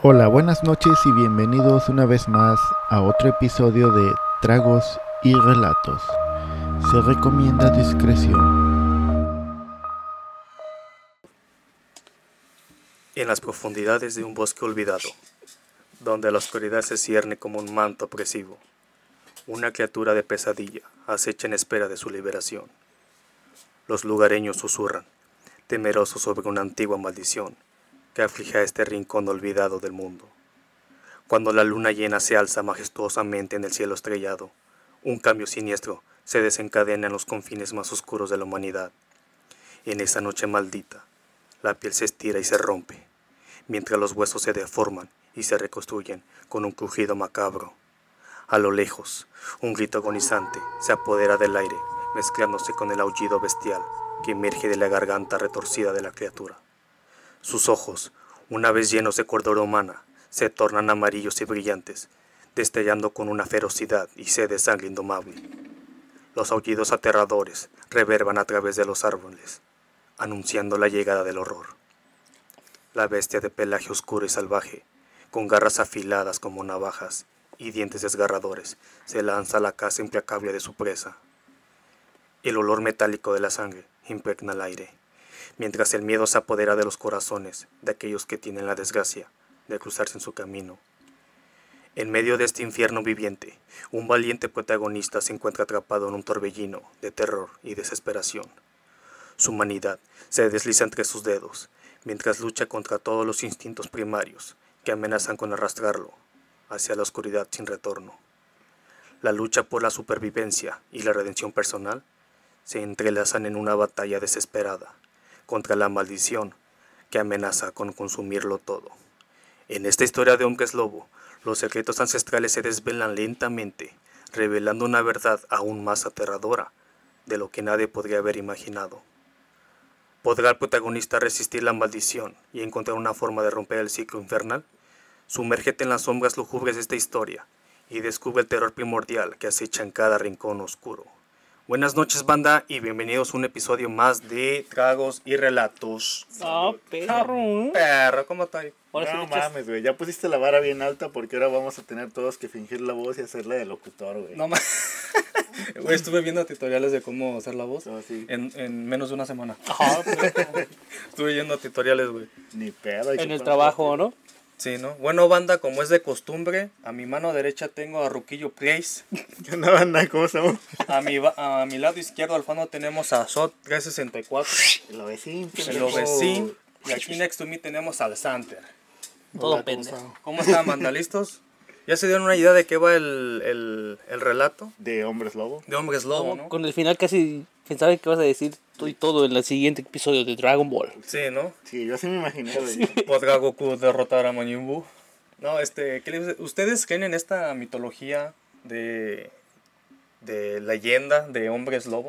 Hola, buenas noches y bienvenidos una vez más a otro episodio de Tragos y Relatos. Se recomienda discreción. En las profundidades de un bosque olvidado, donde la oscuridad se cierne como un manto opresivo, una criatura de pesadilla acecha en espera de su liberación. Los lugareños susurran, temerosos sobre una antigua maldición que aflige a este rincón olvidado del mundo. Cuando la luna llena se alza majestuosamente en el cielo estrellado, un cambio siniestro se desencadena en los confines más oscuros de la humanidad. En esa noche maldita, la piel se estira y se rompe, mientras los huesos se deforman y se reconstruyen con un crujido macabro. A lo lejos, un grito agonizante se apodera del aire, mezclándose con el aullido bestial que emerge de la garganta retorcida de la criatura. Sus ojos, una vez llenos de cordura humana, se tornan amarillos y brillantes, destellando con una ferocidad y sed de sangre indomable. Los aullidos aterradores reverban a través de los árboles, anunciando la llegada del horror. La bestia de pelaje oscuro y salvaje, con garras afiladas como navajas y dientes desgarradores, se lanza a la caza implacable de su presa. El olor metálico de la sangre impregna el aire, mientras el miedo se apodera de los corazones de aquellos que tienen la desgracia de cruzarse en su camino. En medio de este infierno viviente, un valiente protagonista se encuentra atrapado en un torbellino de terror y desesperación. Su humanidad se desliza entre sus dedos, mientras lucha contra todos los instintos primarios que amenazan con arrastrarlo hacia la oscuridad sin retorno. La lucha por la supervivencia y la redención personal se entrelazan en una batalla desesperada contra la maldición que amenaza con consumirlo todo. En esta historia de hombres lobo, los secretos ancestrales se desvelan lentamente, revelando una verdad aún más aterradora de lo que nadie podría haber imaginado. ¿Podrá el protagonista resistir la maldición y encontrar una forma de romper el ciclo infernal? Sumérgete en las sombras lúgubres de esta historia y descubre el terror primordial que acecha en cada rincón oscuro. Buenas noches, banda, y bienvenidos a un episodio más de Tragos y Relatos. Perro, ¿cómo está ahí? No mames, güey, ya pusiste la vara bien alta porque ahora vamos a tener todos que fingir la voz y hacerla de locutor, güey. No mames. Güey, estuve viendo tutoriales de cómo hacer la voz sí. en menos de una semana. Ajá, Estuve viendo tutoriales, güey. Ni pedo. en el trabajo, ¿no? Sí, ¿no? Bueno, banda, como es de costumbre, a mi mano derecha tengo a Ruquillo Place. ¿Qué onda, banda? ¿Cómo estamos? A mi lado izquierdo al fondo tenemos a Sot 364. El ovecín. El Ovecín. Y aquí next to me tenemos al Santer. Todo pendejo. ¿Cómo están, banda? ¿Listos? ¿Ya se dieron una idea de qué va el relato? De hombres lobo. De Hombres Lobo, ¿no? Con el final casi pensaba que vas a decir todo en el siguiente episodio de Dragon Ball. Sí, ¿no? Sí, yo así me imaginé, güey. ¿Podrá Goku derrotar a Majin Buu? No, ¿ustedes creen en esta mitología de leyenda de Hombres Lobo?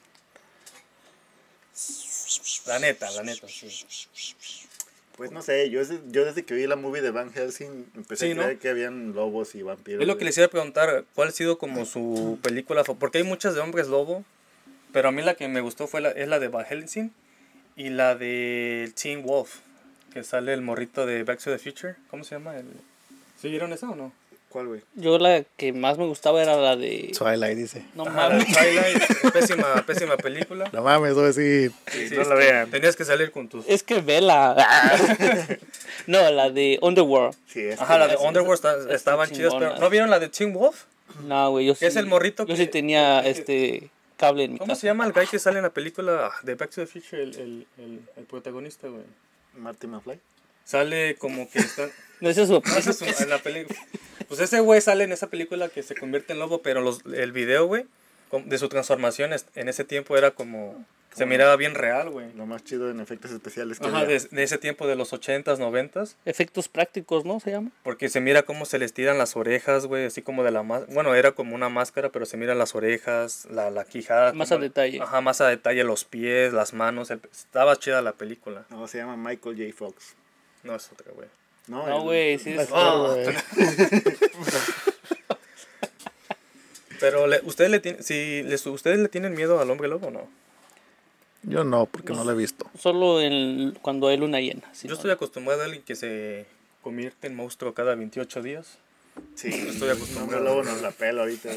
La neta, sí. Pues no sé, yo desde que vi la movie de Van Helsing empecé a creer que habían lobos y vampiros. Es lo que les iba a preguntar, ¿cuál ha sido como su película? Porque hay muchas de Hombres Lobo, pero a mí la que me gustó es la de Van Helsing y la de Teen Wolf, que sale el morrito de Back to the Future. ¿Cómo se llama? ¿Sí vieron esa o no? ¿Cuál, güey? Yo la que más me gustaba era la de... Twilight dice. No Ajá, la de mames. Twilight, pésima película. No mames, voy a decir. Sí, no la vean. Tenías que salir con tus... Es que vela. No, la de Underworld. Sí, Ajá, la de Underworld estaban chidas, chingona. pero ¿no vieron la de Teen Wolf? No, güey, yo sí. Es el morrito Yo que- sí tenía cable en mi ¿Cómo casa. se llama el guy que sale en la película de Back to the Future, el protagonista, güey? Marty McFly. Sale como que está... No, ese es su... Ese es en la película. Pues ese güey sale en esa película que se convierte en lobo, pero el video, güey, de su transformación en ese tiempo era como... Se miraba bien real, güey. Lo más chido en efectos especiales que Ajá, había. de ese tiempo de los 80s, 90s. Efectos prácticos, ¿no? Se llama. Porque se mira cómo se les tiran las orejas, güey, así como de la máscara. Bueno, era como una máscara, pero se miran las orejas, la quijada. Más como- a detalle. Ajá, más a detalle, los pies, las manos. Estaba chida la película. No, se llama Michael J. Fox. No es otra, güey. No, güey, sí es... Pero ustedes le tienen miedo al hombre lobo, ¿no? Yo no, porque no la he visto. Solo cuando hay luna llena. ¿sí? Yo estoy acostumbrado a alguien que convierte en monstruo cada 28 días. Sí, estoy acostumbrado. Hombre Lobo nos la pela ahorita.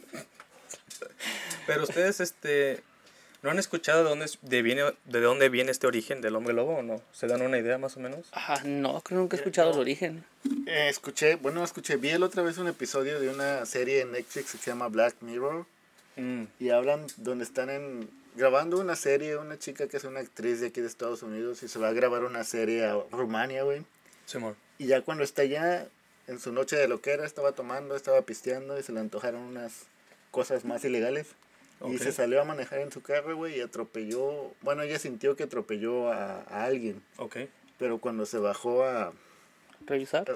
Pero ustedes, ¿no han escuchado de dónde viene este origen del hombre lobo o no? ¿Se dan una idea más o menos? No, creo que nunca he escuchado el origen. Escuché, vi el otra vez un episodio de una serie en Netflix que se llama Black Mirror. Y hablan donde están grabando una serie, una chica que es una actriz de aquí de Estados Unidos y se va a grabar una serie a Rumania, güey. Simón. Y ya cuando está allá, en su noche de loquera, estaba tomando, estaba pisteando y se le antojaron unas cosas más ilegales. Okay. Y se salió a manejar en su carro, güey, y atropelló, bueno, ella sintió que atropelló a alguien. Okay. Pero cuando se bajó a revisar,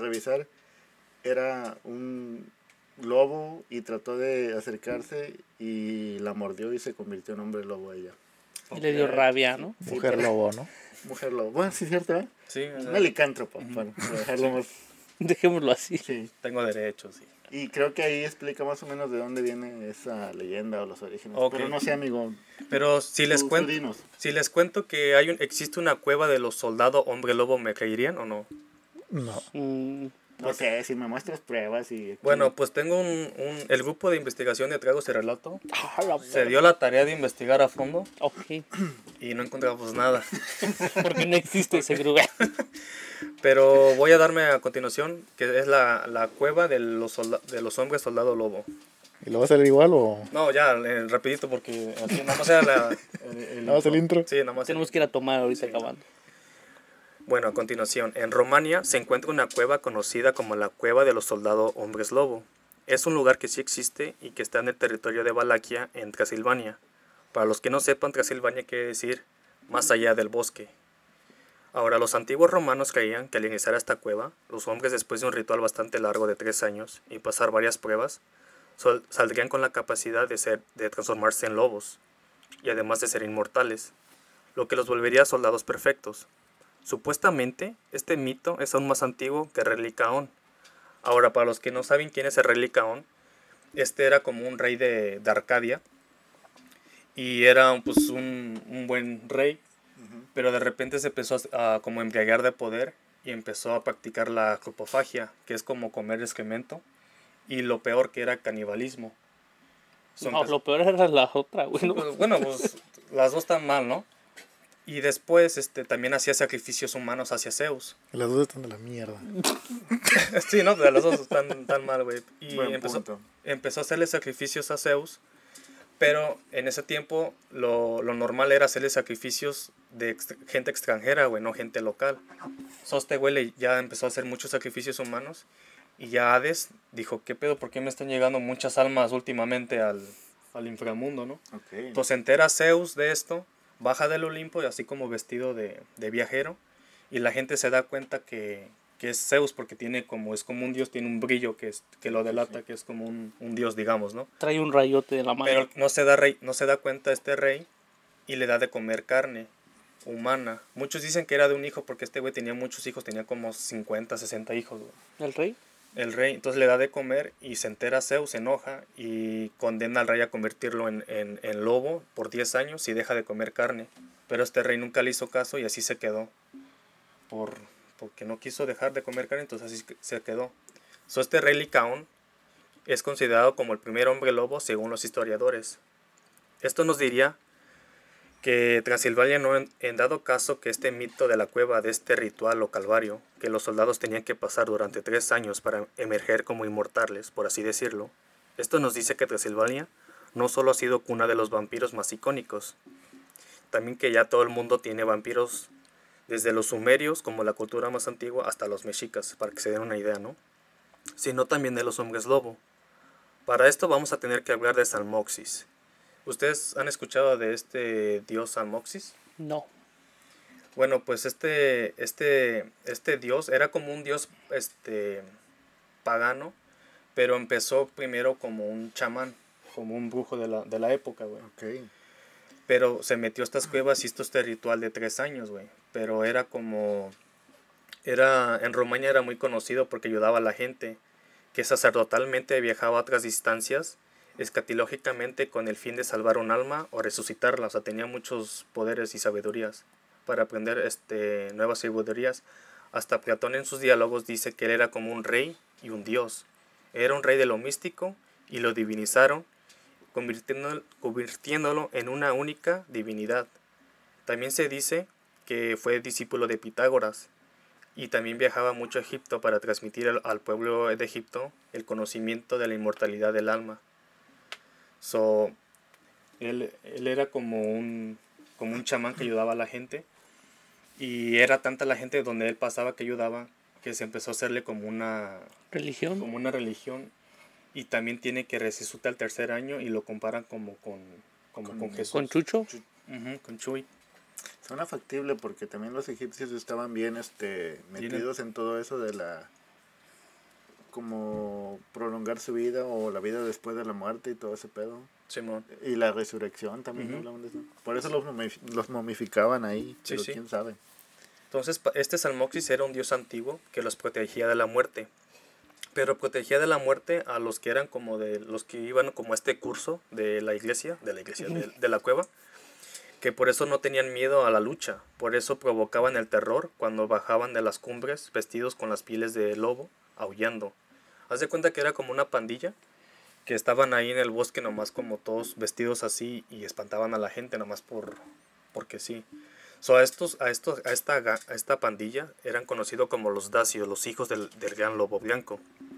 era un lobo y trató de acercarse y la mordió y se convirtió en hombre lobo ella. Y le dio rabia, ¿no? Sí, mujer lobo, ¿no? Mujer lobo. Bueno, sí es cierto, ¿eh? Sí. Una licántropa, para dejarlo más... Dejémoslo así. Sí. Tengo derechos, sí. Y creo que ahí explica más o menos de dónde viene esa leyenda o los orígenes. Okay. Pero no sé, amigo. Pero si les cuento que existe una cueva de los soldados hombre lobo, ¿me creerían o no? No. No sé, si me muestras pruebas y... Bueno, pues tengo el grupo de investigación de Tragos y Relato se dio la tarea de investigar a fondo. Okay. Y no encontramos nada. Porque no existe ese grupo. Pero voy a darme a continuación, que es la cueva de los hombres soldado lobo. ¿Y lo va a hacer igual o...? No, ya, rapidito, porque así nada más era ¿Nada más el intro? Sí, nada más. Tenemos que ir a tomar ahorita acabando. Bueno, a continuación, en Rumania se encuentra una cueva conocida como la Cueva de los Soldados Hombres Lobo. Es un lugar que sí existe y que está en el territorio de Valaquia, en Transilvania. Para los que no sepan, Transilvania quiere decir más allá del bosque. Ahora, los antiguos romanos creían que al ingresar a esta cueva, los hombres, después de un ritual bastante largo de 3 años y pasar varias pruebas, saldrían con la capacidad de transformarse en lobos, y además de ser inmortales, lo que los volvería soldados perfectos. Supuestamente, este mito es aún más antiguo que Rey Licaón. Ahora, para los que no saben quién es el Rey Licaón, este era como un rey de Arcadia, y era pues un buen rey, pero de repente se empezó a como embriagar de poder y empezó a practicar la acropofagia, que es como comer excremento, y lo peor que era canibalismo. Lo peor era la otra, güey. Bueno, pues las dos están mal, ¿no? Y después también hacía sacrificios humanos hacia Zeus. Las dos están de la mierda. Sí, ¿no? De las dos están tan mal, güey. Y empezó a hacerle sacrificios a Zeus. Pero en ese tiempo lo normal era hacerle sacrificios de gente extranjera, güey, no gente local. Este güey ya empezó a hacer muchos sacrificios humanos. Y ya Hades dijo, ¿qué pedo? ¿Por qué me están llegando muchas almas últimamente al inframundo, no? Okay. Entonces se entera Zeus de esto, baja del Olimpo, y así como vestido de viajero. Y la gente se da cuenta que es Zeus, porque es como un dios, tiene un brillo que lo delata, que es como un dios, digamos, ¿no? Trae un rayote de la mano. Pero no se da cuenta este rey y le da de comer carne humana. Muchos dicen que era de un hijo porque este güey tenía muchos hijos, tenía como 50, 60 hijos, güey. ¿El rey? El rey, entonces le da de comer y se entera Zeus, se enoja y condena al rey a convertirlo en lobo por 10 años y deja de comer carne. Pero este rey nunca le hizo caso y así se quedó. Porque no quiso dejar de comer carne, entonces así se quedó. Este rey Licaón es considerado como el primer hombre lobo según los historiadores. Esto nos diría que Transilvania no, en dado caso que este mito de la cueva, de este ritual o calvario, que los soldados tenían que pasar durante 3 años para emerger como inmortales, por así decirlo, esto nos dice que Transilvania no solo ha sido cuna de los vampiros más icónicos, también que ya todo el mundo tiene vampiros, desde los sumerios, como la cultura más antigua, hasta los mexicas, para que se den una idea, ¿no? Sino también de los hombres lobo. Para esto vamos a tener que hablar de Salmoxis. ¿Ustedes han escuchado de este dios Salmoxis? No. Bueno, pues este dios era como un dios pagano, pero empezó primero como un chamán, como un brujo de la época, güey. Okay. Pero se metió a estas cuevas y hizo este ritual de 3 años, güey. Pero en Rumania era muy conocido porque ayudaba a la gente, que sacerdotalmente viajaba a otras distancias, escatológicamente con el fin de salvar un alma o resucitarla. O sea, tenía muchos poderes y sabidurías para aprender nuevas sabidurías Hasta Platón en sus diálogos dice que él era como un rey y un dios. Era un rey de lo místico y lo divinizaron, convirtiéndolo en una única divinidad. También se dice que fue discípulo de Pitágoras y también viajaba mucho a Egipto para transmitir al pueblo de Egipto el conocimiento de la inmortalidad del alma. Él era como un chamán que ayudaba a la gente, y era tanta la gente donde él pasaba que ayudaba que se empezó a hacerle como una ¿Religión? Y también tiene que resucita al tercer año y lo comparan como con Jesús. ¿Con Chucho? Con Chuy. Suena factible porque también los egipcios estaban bien metidos en todo eso de la como prolongar su vida o la vida después de la muerte y todo ese pedo. Simón. Y la resurrección también hablaban de eso. Por eso los momificaban ahí, Sí, pero sí. quién sabe. Entonces, este Salmoxis era un dios antiguo que los protegía de la muerte. Pero protegía de la muerte a los que eran como de los que iban como a este curso de la iglesia, de la cueva, que por eso no tenían miedo a la lucha. Por eso provocaban el terror cuando bajaban de las cumbres vestidos con las pieles de lobo, aullando. Haz de cuenta que era como una pandilla que estaban ahí en el bosque nomás como todos vestidos así y espantaban a la gente nomás porque sí. A esta pandilla eran conocidos como los dacios, los hijos del gran lobo blanco.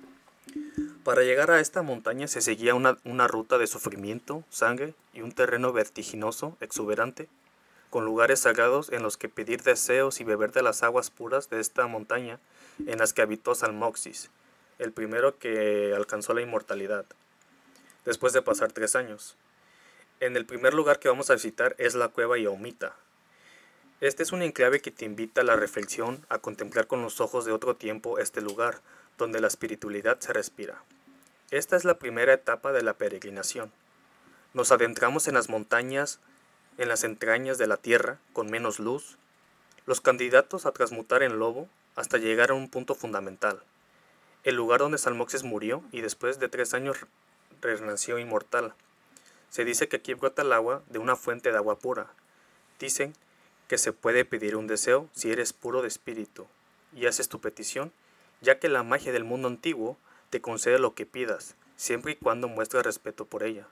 Para llegar a esta montaña se seguía una ruta de sufrimiento, sangre y un terreno vertiginoso, exuberante, con lugares sagrados en los que pedir deseos y beber de las aguas puras de esta montaña en las que habitó Salmoxis, el primero que alcanzó la inmortalidad, después de pasar 3 años. En el primer lugar que vamos a visitar es la cueva Yaumita. Este es un enclave que te invita a la reflexión, a contemplar con los ojos de otro tiempo este lugar, donde la espiritualidad se respira. Esta es la primera etapa de la peregrinación. Nos adentramos en las montañas, en las entrañas de la tierra, con menos luz, los candidatos a transmutar en lobo hasta llegar a un punto fundamental, el lugar donde Salmoxis murió y después de 3 años renació inmortal. Se dice que aquí brota el agua de una fuente de agua pura. Dicen que se puede pedir un deseo si eres puro de espíritu y haces tu petición, ya que la magia del mundo antiguo te concede lo que pidas, siempre y cuando muestres respeto por ella.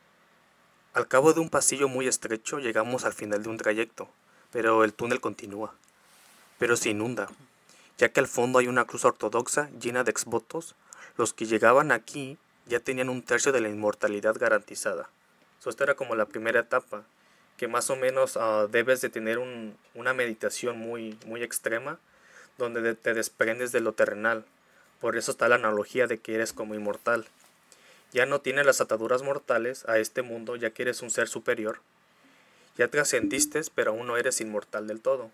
Al cabo de un pasillo muy estrecho llegamos al final de un trayecto, pero el túnel continúa. Pero se inunda, ya que al fondo hay una cruz ortodoxa llena de exvotos. Los que llegaban aquí ya tenían 1/3 de la inmortalidad garantizada. Esta era como la primera etapa, que más o menos debes de tener una meditación muy, muy extrema, donde te desprendes de lo terrenal. Por eso está la analogía de que eres como inmortal. Ya no tienes las ataduras mortales a este mundo, ya que eres un ser superior. Ya trascendiste, pero aún no eres inmortal del todo.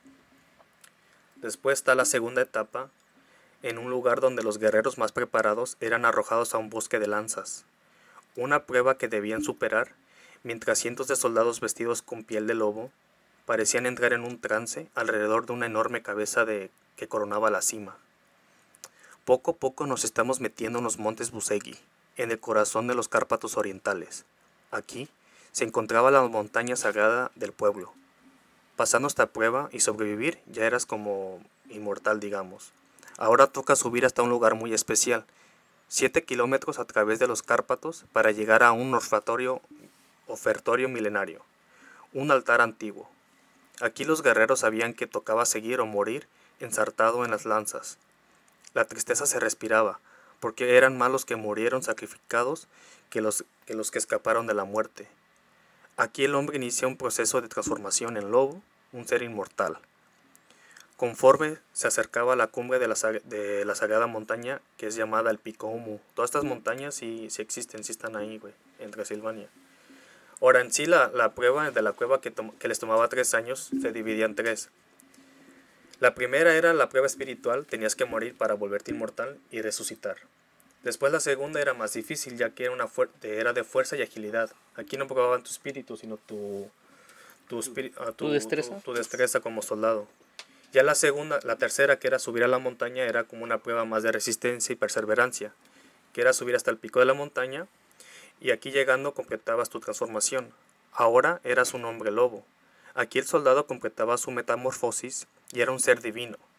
Después está la segunda etapa, en un lugar donde los guerreros más preparados eran arrojados a un bosque de lanzas. Una prueba que debían superar, mientras cientos de soldados vestidos con piel de lobo parecían entrar en un trance alrededor de una enorme cabeza que coronaba la cima. Poco a poco nos estamos metiendo en los montes Busegui, en el corazón de los Cárpatos orientales. Aquí se encontraba la montaña sagrada del pueblo. Pasando esta prueba y sobrevivir, ya eras como inmortal, digamos. Ahora toca subir hasta un lugar muy especial, 7 kilómetros a través de los Cárpatos para llegar a un ofertorio milenario, un altar antiguo. Aquí los guerreros sabían que tocaba seguir o morir ensartado en las lanzas. La tristeza se respiraba, porque eran más los que murieron sacrificados que los que escaparon de la muerte. Aquí el hombre inicia un proceso de transformación en lobo, un ser inmortal. Conforme se acercaba a la cumbre de la sagrada montaña, que es llamada el Pico Humu. Todas estas montañas sí existen, sí están ahí, en Transilvania. Ahora, en sí, la prueba de la cueva que les tomaba 3 años se dividía en 3. La primera era la prueba espiritual, tenías que morir para volverte inmortal y resucitar. Después la segunda era más difícil, ya que era de fuerza y agilidad. Aquí no probaban tu espíritu, sino tu destreza como soldado. Ya la tercera, que era subir a la montaña, era como una prueba más de resistencia y perseverancia, que era subir hasta el pico de la montaña, y aquí llegando completabas tu transformación. Ahora eras un hombre lobo. Aquí el soldado completaba su metamorfosis y era un ser divino.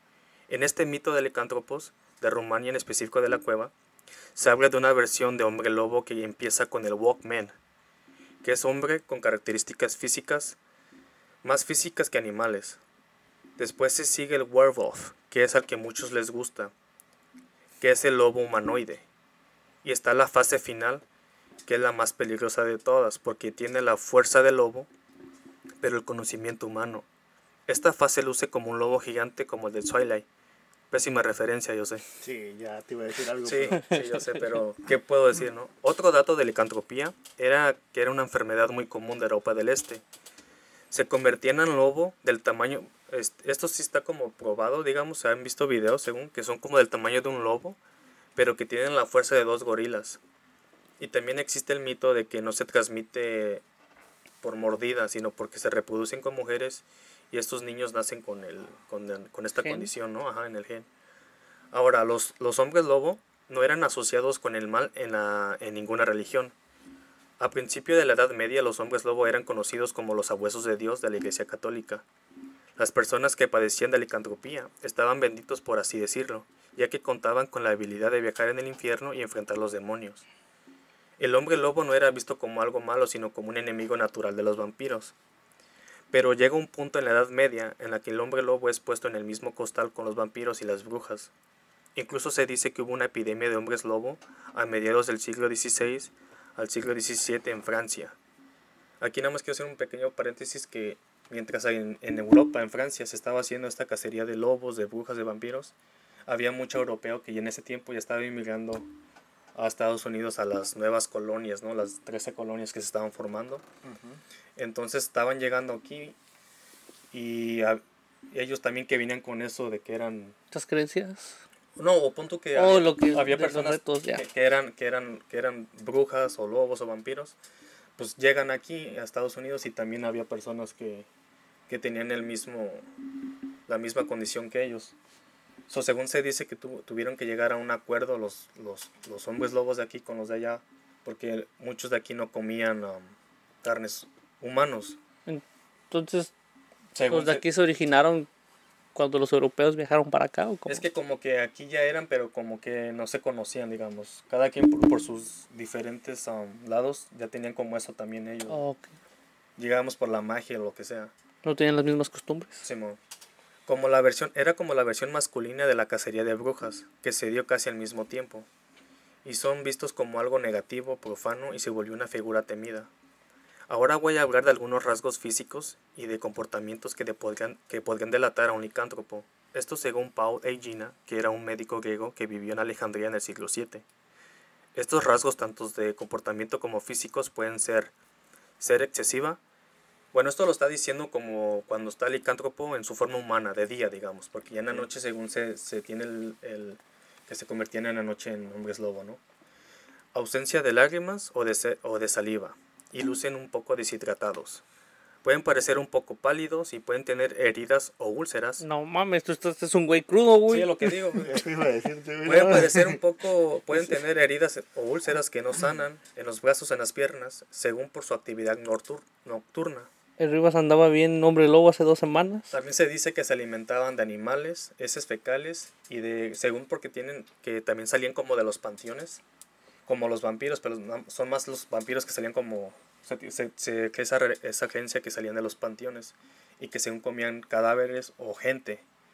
En este mito de licántropos, de Rumania en específico de la cueva, se habla de una versión de hombre lobo que empieza con el Walkman, que es hombre con características físicas, más físicas que animales. Después se sigue el Werewolf, que es al que muchos les gusta, que es el lobo humanoide. Y está la fase final, que es la más peligrosa de todas, porque tiene la fuerza del lobo, pero el conocimiento humano. Esta fase luce como un lobo gigante como el de Twilight. Pésima referencia, yo sé. Sí, ya te iba a decir algo. Sí, pero- sí, yo sé, pero ¿qué puedo decir, no? Otro dato de licantropía era que era una enfermedad muy común de Europa del Este. Se convertían en lobo del tamaño... Esto sí está como probado, digamos, se han visto videos según que son como del tamaño de un lobo, pero que tienen la fuerza de 2 gorilas. Y también existe el mito de que no se transmite por mordida, sino porque se reproducen con mujeres y estos niños nacen con esta Gen. condición, ¿no? Ajá, en el gen. Ahora, los hombres lobo no eran asociados con el mal en ninguna religión. A principio de la Edad Media, los hombres lobo eran conocidos como los sabuesos de Dios de la Iglesia Católica. Las personas que padecían de licantropía estaban benditos, por así decirlo, ya que contaban con la habilidad de viajar en el infierno y enfrentar los demonios. El hombre lobo no era visto como algo malo, sino como un enemigo natural de los vampiros. Pero llega un punto en la Edad Media en la que el hombre lobo es puesto en el mismo costal con los vampiros y las brujas. Incluso se dice que hubo una epidemia de hombres lobo a mediados del siglo XVI al siglo XVII en Francia. Aquí nada más quiero hacer un pequeño paréntesis que mientras en Europa, en Francia, se estaba haciendo esta cacería de lobos, de brujas, de vampiros, había mucho europeo que ya en ese tiempo ya estaba inmigrando a Estados Unidos a las nuevas colonias, ¿no? Las 13 colonias que se estaban formando. Entonces estaban llegando aquí y ellos también que venían con eso de que eran... ¿Estas creencias? No, o punto que Oh, había, lo que- había de los personas retos, ya. que eran brujas o lobos o vampiros, pues llegan aquí a Estados Unidos y también había personas que tenían la misma condición que ellos. So, según se dice que tuvieron que llegar a un acuerdo los hombres lobos de aquí con los de allá, porque muchos de aquí no comían carnes humanos. Entonces, Según los de se- aquí se originaron cuando los europeos viajaron para acá, ¿o cómo? Es que como que aquí ya eran, pero como que no se conocían, digamos. Cada quien por sus diferentes lados ya tenían como eso también ellos. Oh, ok. Digamos por la magia o lo que sea. No tenían las mismas costumbres. Simón. Era como la versión masculina de la cacería de brujas, que se dio casi al mismo tiempo. Y son vistos como algo negativo, profano y se volvió una figura temida. Ahora voy a hablar de algunos rasgos físicos y de comportamientos que podrían delatar a un licántropo. Esto según Paul Aegina, que era un médico griego que vivió en Alejandría en el siglo VII. Estos rasgos, tanto de comportamiento como físicos, pueden ser excesiva. Bueno, esto lo está diciendo como cuando está el licántropo en su forma humana, de día, digamos, porque ya en la noche, según se tiene el que se convertían en la noche en hombres lobo, ¿no? Ausencia de lágrimas o de saliva, y lucen un poco deshidratados. Pueden parecer un poco pálidos y pueden tener heridas o úlceras. No mames, tú estás es un güey crudo, güey. Sí, es lo que digo. Eso iba a decirte, güey. Pueden tener heridas o úlceras que no sanan en los brazos, en las piernas, según por su actividad nocturna. El Rivas andaba bien hombre lobo hace 2 semanas. También se dice que se alimentaban de animales, heces fecales y según porque que también salían como de los panteones, como los vampiros, pero son más los vampiros que salían como que esa creencia que salían de los panteones y que según comían cadáveres o gente.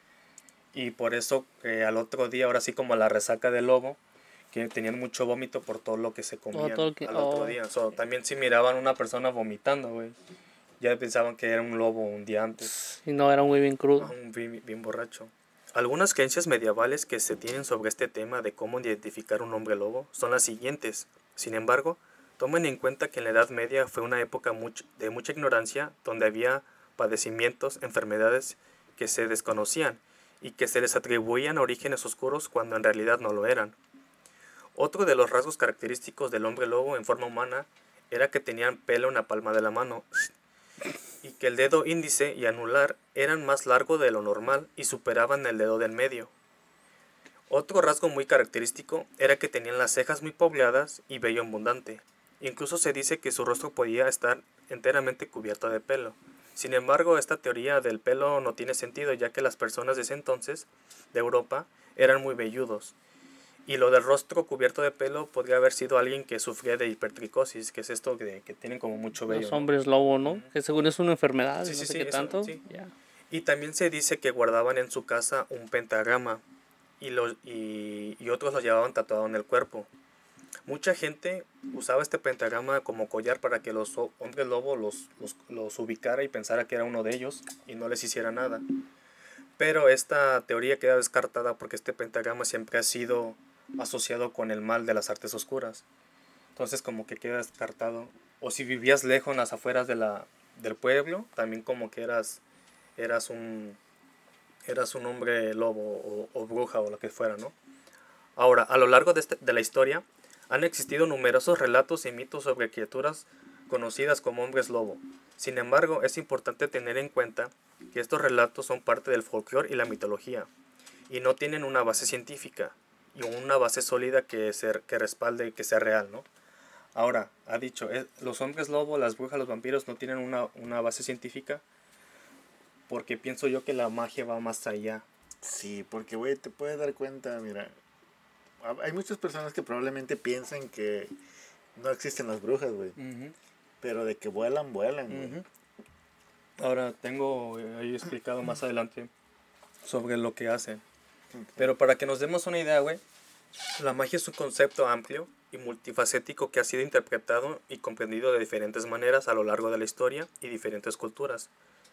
Y por eso que al otro día, ahora sí como la resaca del lobo, que tenían mucho vómito por todo lo que se comían todo lo que- al otro oh. día. So, también si miraban una persona vomitando, güey, ya pensaban que era un lobo un día antes. Y no, era un güey bien crudo. Bien borracho. Algunas creencias medievales que se tienen sobre este tema de cómo identificar un hombre lobo son las siguientes. Sin embargo, tomen en cuenta que en la Edad Media fue una época de mucha ignorancia, donde había padecimientos, enfermedades que se desconocían y que se les atribuían a orígenes oscuros cuando en realidad no lo eran. Otro de los rasgos característicos del hombre lobo en forma humana era que tenían pelo en la palma de la mano y que el dedo índice y anular eran más largos de lo normal y superaban el dedo del medio. Otro rasgo muy característico era que tenían las cejas muy pobladas y vello abundante. Incluso se dice que su rostro podía estar enteramente cubierto de pelo, Sin embargo, esta teoría del pelo no tiene sentido, ya que las personas de ese entonces, de Europa, eran muy velludos. Y lo del rostro cubierto de pelo podría haber sido alguien que sufría de hipertricosis, que es esto que tienen como mucho vello, Los ¿no? hombres lobo, ¿no? Que según es una enfermedad, Sí, no sí, sé sí, qué eso, tanto. sí. Ya. Y también se dice que guardaban en su casa un pentagrama y otros lo llevaban tatuado en el cuerpo. Mucha gente usaba este pentagrama como collar para que los hombres lobo los ubicara y pensara que era uno de ellos y no les hiciera nada. Pero esta teoría queda descartada porque este pentagrama siempre ha sido asociado con el mal de las artes oscuras. Entonces como que queda descartado. O si vivías lejos en las afueras del pueblo, también como que eras un hombre lobo o bruja o lo que fuera, ¿no? Ahora, a lo largo de la historia, han existido numerosos relatos y mitos sobre criaturas conocidas como hombres lobo. Sin embargo, es importante tener en cuenta que estos relatos son parte del folclore y la mitología, y no tienen una base científica y una base sólida que respalde que sea real, ¿no? Ahora, ha dicho, los hombres lobo, las brujas, los vampiros no tienen una base científica porque pienso yo que la magia va más allá. Sí, porque, güey, te puedes dar cuenta, mira, hay muchas personas que probablemente piensan que no existen las brujas, güey. Pero de que vuelan, vuelan, güey. Ahora, tengo ahí explicado más adelante sobre lo que hacen. Pero para que nos demos una idea, güey, la magia es un concepto amplio y multifacético que ha sido interpretado y comprendido de diferentes maneras a lo largo de la historia y diferentes culturas.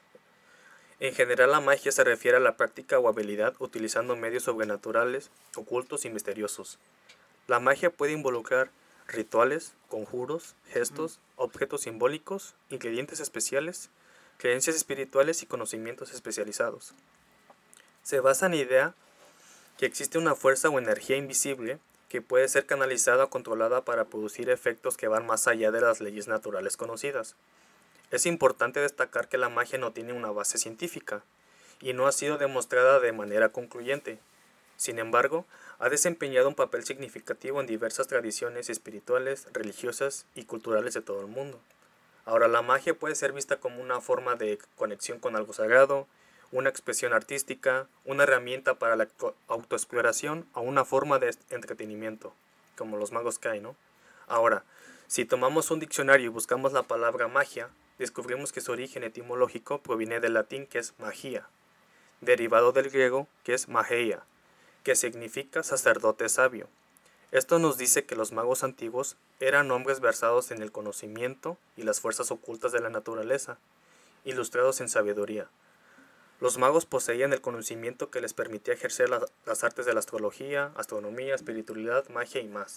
En general, la magia se refiere a la práctica o habilidad utilizando medios sobrenaturales, ocultos y misteriosos. La magia puede involucrar rituales, conjuros, gestos, objetos simbólicos, ingredientes especiales, creencias espirituales y conocimientos especializados. Se basa en la idea que existe una fuerza o energía invisible que puede ser canalizada o controlada para producir efectos que van más allá de las leyes naturales conocidas. Es importante destacar que la magia no tiene una base científica y no ha sido demostrada de manera concluyente. Sin embargo, ha desempeñado un papel significativo en diversas tradiciones espirituales, religiosas y culturales de todo el mundo. Ahora, la magia puede ser vista como una forma de conexión con algo sagrado, una expresión artística, una herramienta para la autoexploración o una forma de entretenimiento, como los magos que hay, ¿no? Ahora, si tomamos un diccionario y buscamos la palabra magia, descubrimos que su origen etimológico proviene del latín, que es magia, derivado del griego, que es mageia, que significa sacerdote sabio. Esto nos dice que los magos antiguos eran hombres versados en el conocimiento y las fuerzas ocultas de la naturaleza, ilustrados en sabiduría. Los magos poseían el conocimiento que les permitía ejercer las artes de la astrología, astronomía, espiritualidad, magia y más.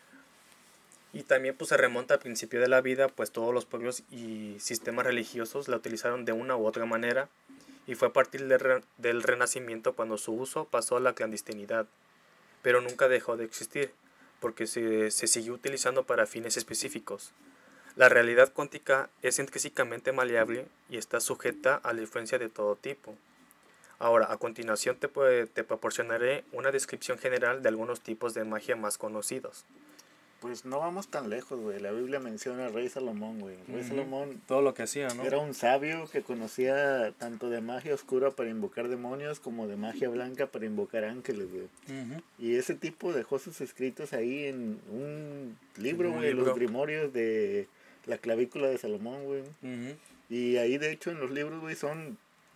Y también pues se remonta al principio de la vida, pues todos los pueblos y sistemas religiosos la utilizaron de una u otra manera, y fue a partir del Renacimiento cuando su uso pasó a la clandestinidad, pero nunca dejó de existir, porque se siguió utilizando para fines específicos. La realidad cuántica es intrínsecamente maleable y está sujeta a la influencia de todo tipo. Ahora, a continuación te proporcionaré una descripción general de algunos tipos de magia más conocidos. Pues no vamos tan lejos, güey. La Biblia menciona al rey Salomón, güey. El rey Salomón todo lo que hacía, ¿no? era un sabio que conocía tanto de magia oscura para invocar demonios como de magia blanca para invocar ángeles, güey. Y ese tipo dejó sus escritos ahí en un libro, güey, los Grimorios de la clavícula de Salomón, güey. Y ahí, de hecho, en los libros, güey, son,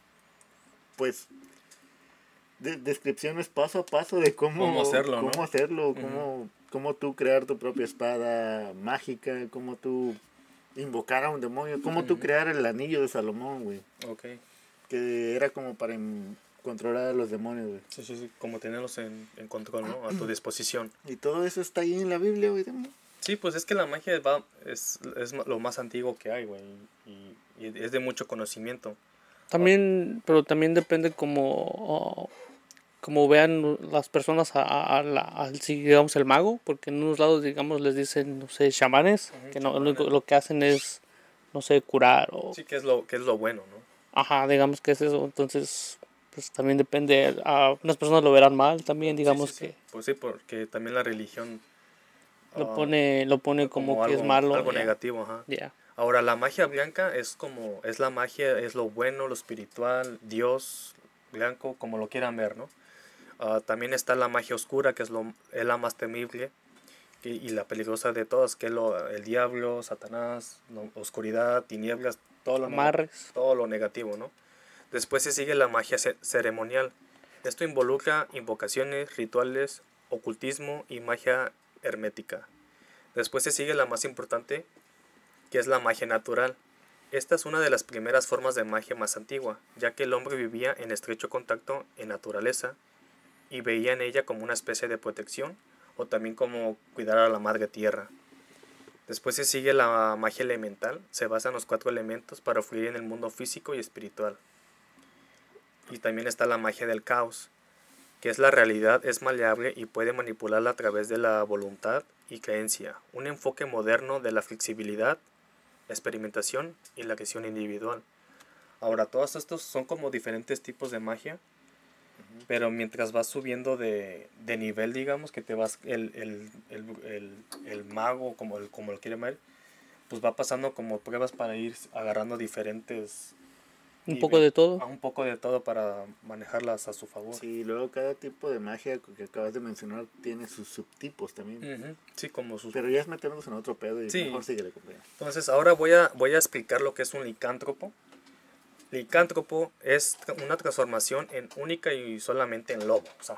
pues, descripciones paso a paso de cómo hacerlo, cómo ¿no? hacerlo, cómo tú crear tu propia espada mágica, cómo tú invocar a un demonio, cómo tú crear el anillo de Salomón, güey. Okay. Que era como para controlar a los demonios, güey. Sí, como tenerlos en control, ¿no? A tu disposición. Y todo eso está ahí en la Biblia, güey. Sí, pues es que la magia es lo más antiguo que hay, güey, y es de mucho conocimiento. También, pero también depende como vean las personas digamos, el mago, porque en unos lados, digamos, les dicen, no sé, chamanes, que no, lo que hacen es, no sé, curar o... Sí, que es lo bueno, ¿no? Ajá, digamos que es eso, entonces, pues también depende, unas personas lo verán mal también, digamos que... Pues sí, porque también la religión... Lo pone como que algo, es malo. Algo negativo, ajá. Yeah. Ahora, la magia blanca es la magia, es lo bueno, lo espiritual, Dios blanco, como lo quieran ver, ¿no? También está la magia oscura, que es la más temible y la peligrosa de todas, que es el diablo, Satanás, oscuridad, tinieblas, Amarres. todo lo negativo, ¿no? Después se sigue la magia ceremonial. Esto involucra invocaciones, rituales, ocultismo y magia hermética. Después se sigue la más importante, que es la magia natural. Esta es una de las primeras formas de magia más antigua, ya que el hombre vivía en estrecho contacto en naturaleza y veía en ella como una especie de protección o también como cuidar a la madre tierra. Después se sigue la magia elemental, se basa en los 4 elementos para fluir en el mundo físico y espiritual. Y también está la magia del caos, que es la realidad, es maleable y puede manipularla a través de la voluntad y creencia, un enfoque moderno de la flexibilidad, experimentación y la acción individual. Ahora, todos estos son como diferentes tipos de magia, pero mientras vas subiendo de nivel, digamos, que te vas el mago, como lo quiere ver, pues va pasando como pruebas para ir agarrando diferentes... Un poco de todo. Un poco de todo para manejarlas a su favor. Sí, luego cada tipo de magia que acabas de mencionar tiene sus subtipos también. Sí, como sus... Pero ya es meternos en otro pedo y sí. Mejor síguele, compañero. Entonces, ahora voy a explicar lo que es un licántropo. Licántropo es una transformación en única y solamente en lobo. O sea,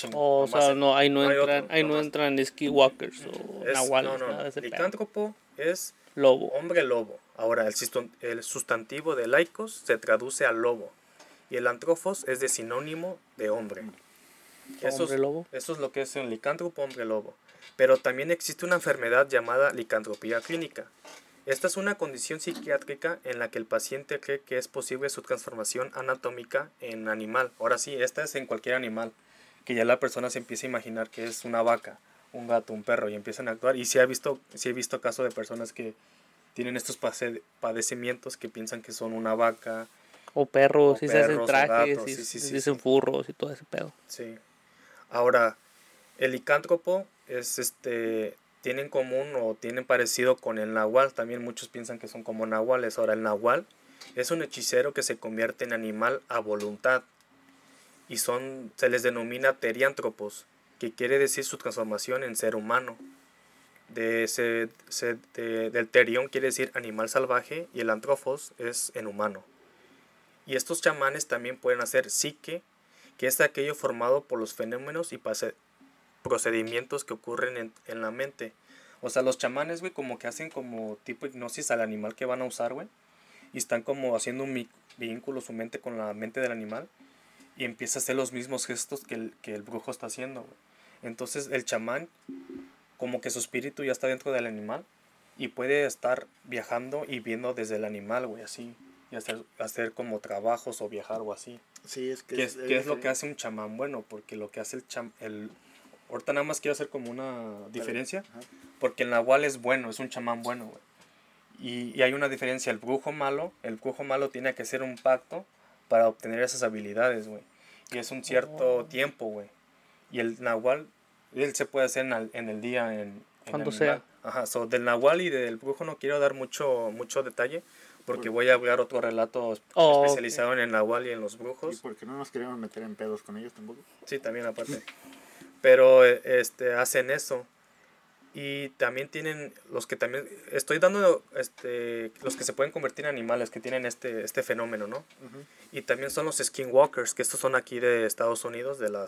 ahí no entran skinwalkers o nahuales. No. Licántropo es lobo. Hombre lobo. Ahora, el sustantivo de laicos se traduce a lobo. Y el antrofos es de sinónimo de hombre. ¿Hombre-lobo? Eso es lo que es un licántropo, hombre lobo. Pero también existe una enfermedad llamada licantropía clínica. Esta es una condición psiquiátrica en la que el paciente cree que es posible su transformación anatómica en animal. Ahora sí, esta es en cualquier animal. Que ya la persona se empieza a imaginar que es una vaca, un gato, un perro y empiezan a actuar. Y sí he visto casos de personas que tienen estos padecimientos que piensan que son una vaca. O perros, y se hacen trajes, y dicen furros y todo ese pedo. Sí. Ahora, el licántropo tiene en común o tienen parecido con el nahual. También muchos piensan que son como nahuales. Ahora, el nahual es un hechicero que se convierte en animal a voluntad. Y se les denomina teriántropos, que quiere decir su transformación en ser humano. Del terión quiere decir animal salvaje y el antrófos es en humano. Y estos chamanes también pueden hacer psique, que es aquello formado por los fenómenos y procedimientos que ocurren en la mente. O sea, los chamanes, güey, como que hacen como tipo hipnosis al animal que van a usar, güey. Y están como haciendo un vínculo su mente con la mente del animal. Y empieza a hacer los mismos gestos que el brujo está haciendo, güey. Entonces el chamán, como que su espíritu ya está dentro del animal. Y puede estar viajando y viendo desde el animal, güey, así. Y hacer como trabajos o viajar o así. Sí, es que ¿Qué es lo que hace un chamán bueno? Porque lo que hace ahorita nada más quiero hacer como una diferencia. Ajá. Porque el nahual es bueno, es un chamán bueno, güey. Y hay una diferencia, el brujo malo tiene que hacer un pacto para obtener esas habilidades, güey. Y es un cierto tiempo, güey. Y el nahual, él se puede hacer en el día, cuando sea. Ajá, del nahual y del brujo no quiero dar mucho detalle, porque voy a hablar otro relato especializado en el nahual y en los brujos. ¿Y por qué no nos queremos meter en pedos con ellos tampoco? Sí, también aparte. Pero hacen eso. Y también tienen los que también estoy dando los que se pueden convertir en animales, que tienen este fenómeno, ¿no? Uh-huh. Y también son los skinwalkers, que estos son aquí de Estados Unidos, de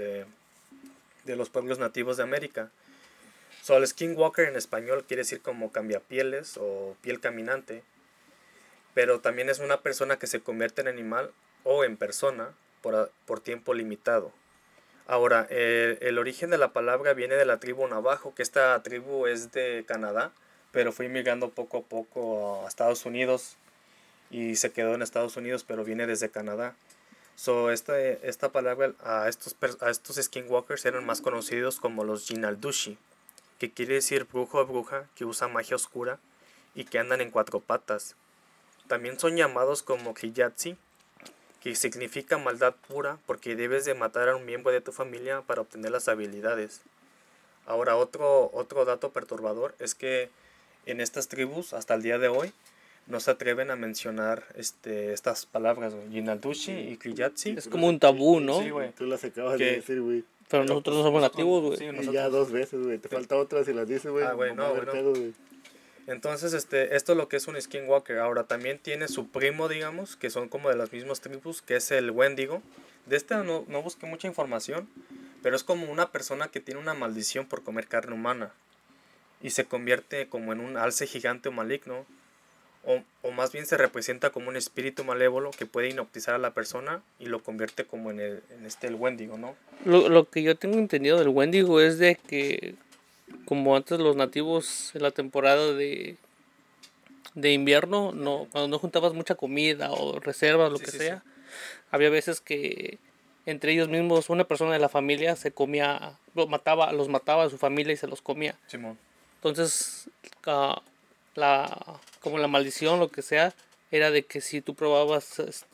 los pueblos nativos de América. El skinwalker en español quiere decir como cambiapieles o piel caminante, pero también es una persona que se convierte en animal o en persona por tiempo limitado. Ahora, el origen de la palabra viene de la tribu Navajo, que esta tribu es de Canadá, pero fue inmigrando poco a poco a Estados Unidos y se quedó en Estados Unidos, pero viene desde Canadá. Esta palabra a estos skinwalkers eran más conocidos como los Jinaldushi, que quiere decir brujo o bruja que usa magia oscura y que andan en 4 patas. También son llamados como Kijatsi, que significa maldad pura, porque debes de matar a un miembro de tu familia para obtener las habilidades. Ahora, otro dato perturbador es que en estas tribus, hasta el día de hoy, no se atreven a mencionar estas palabras, güey. Jinaldushi y Kriyatsi. Es como un tabú, ¿no? Sí, güey. Tú las acabas de decir, güey. Pero nosotros no somos nativos, güey. Sí, Y nosotros. ya 2 veces, güey. Te falta otra si las dices, güey. Ah, güey, no, güey, no. Güey. Entonces, esto es lo que es un skinwalker. Ahora, también tiene su primo, digamos, que son como de las mismas tribus, que es el Wendigo. De este no busqué mucha información, pero es como una persona que tiene una maldición por comer carne humana. Y se convierte como en un alce gigante o maligno. O más bien se representa como un espíritu malévolo que puede hipnotizar a la persona y lo convierte como en el Wendigo, ¿no? Lo que yo tengo entendido del Wendigo es de que, como antes los nativos en la temporada de invierno, cuando no juntabas mucha comida o reservas, lo que sea, había veces que entre ellos mismos una persona de la familia se comía, los mataba a su familia y se los comía. Simón. Entonces, como la maldición, lo que sea, era de que si tú probabas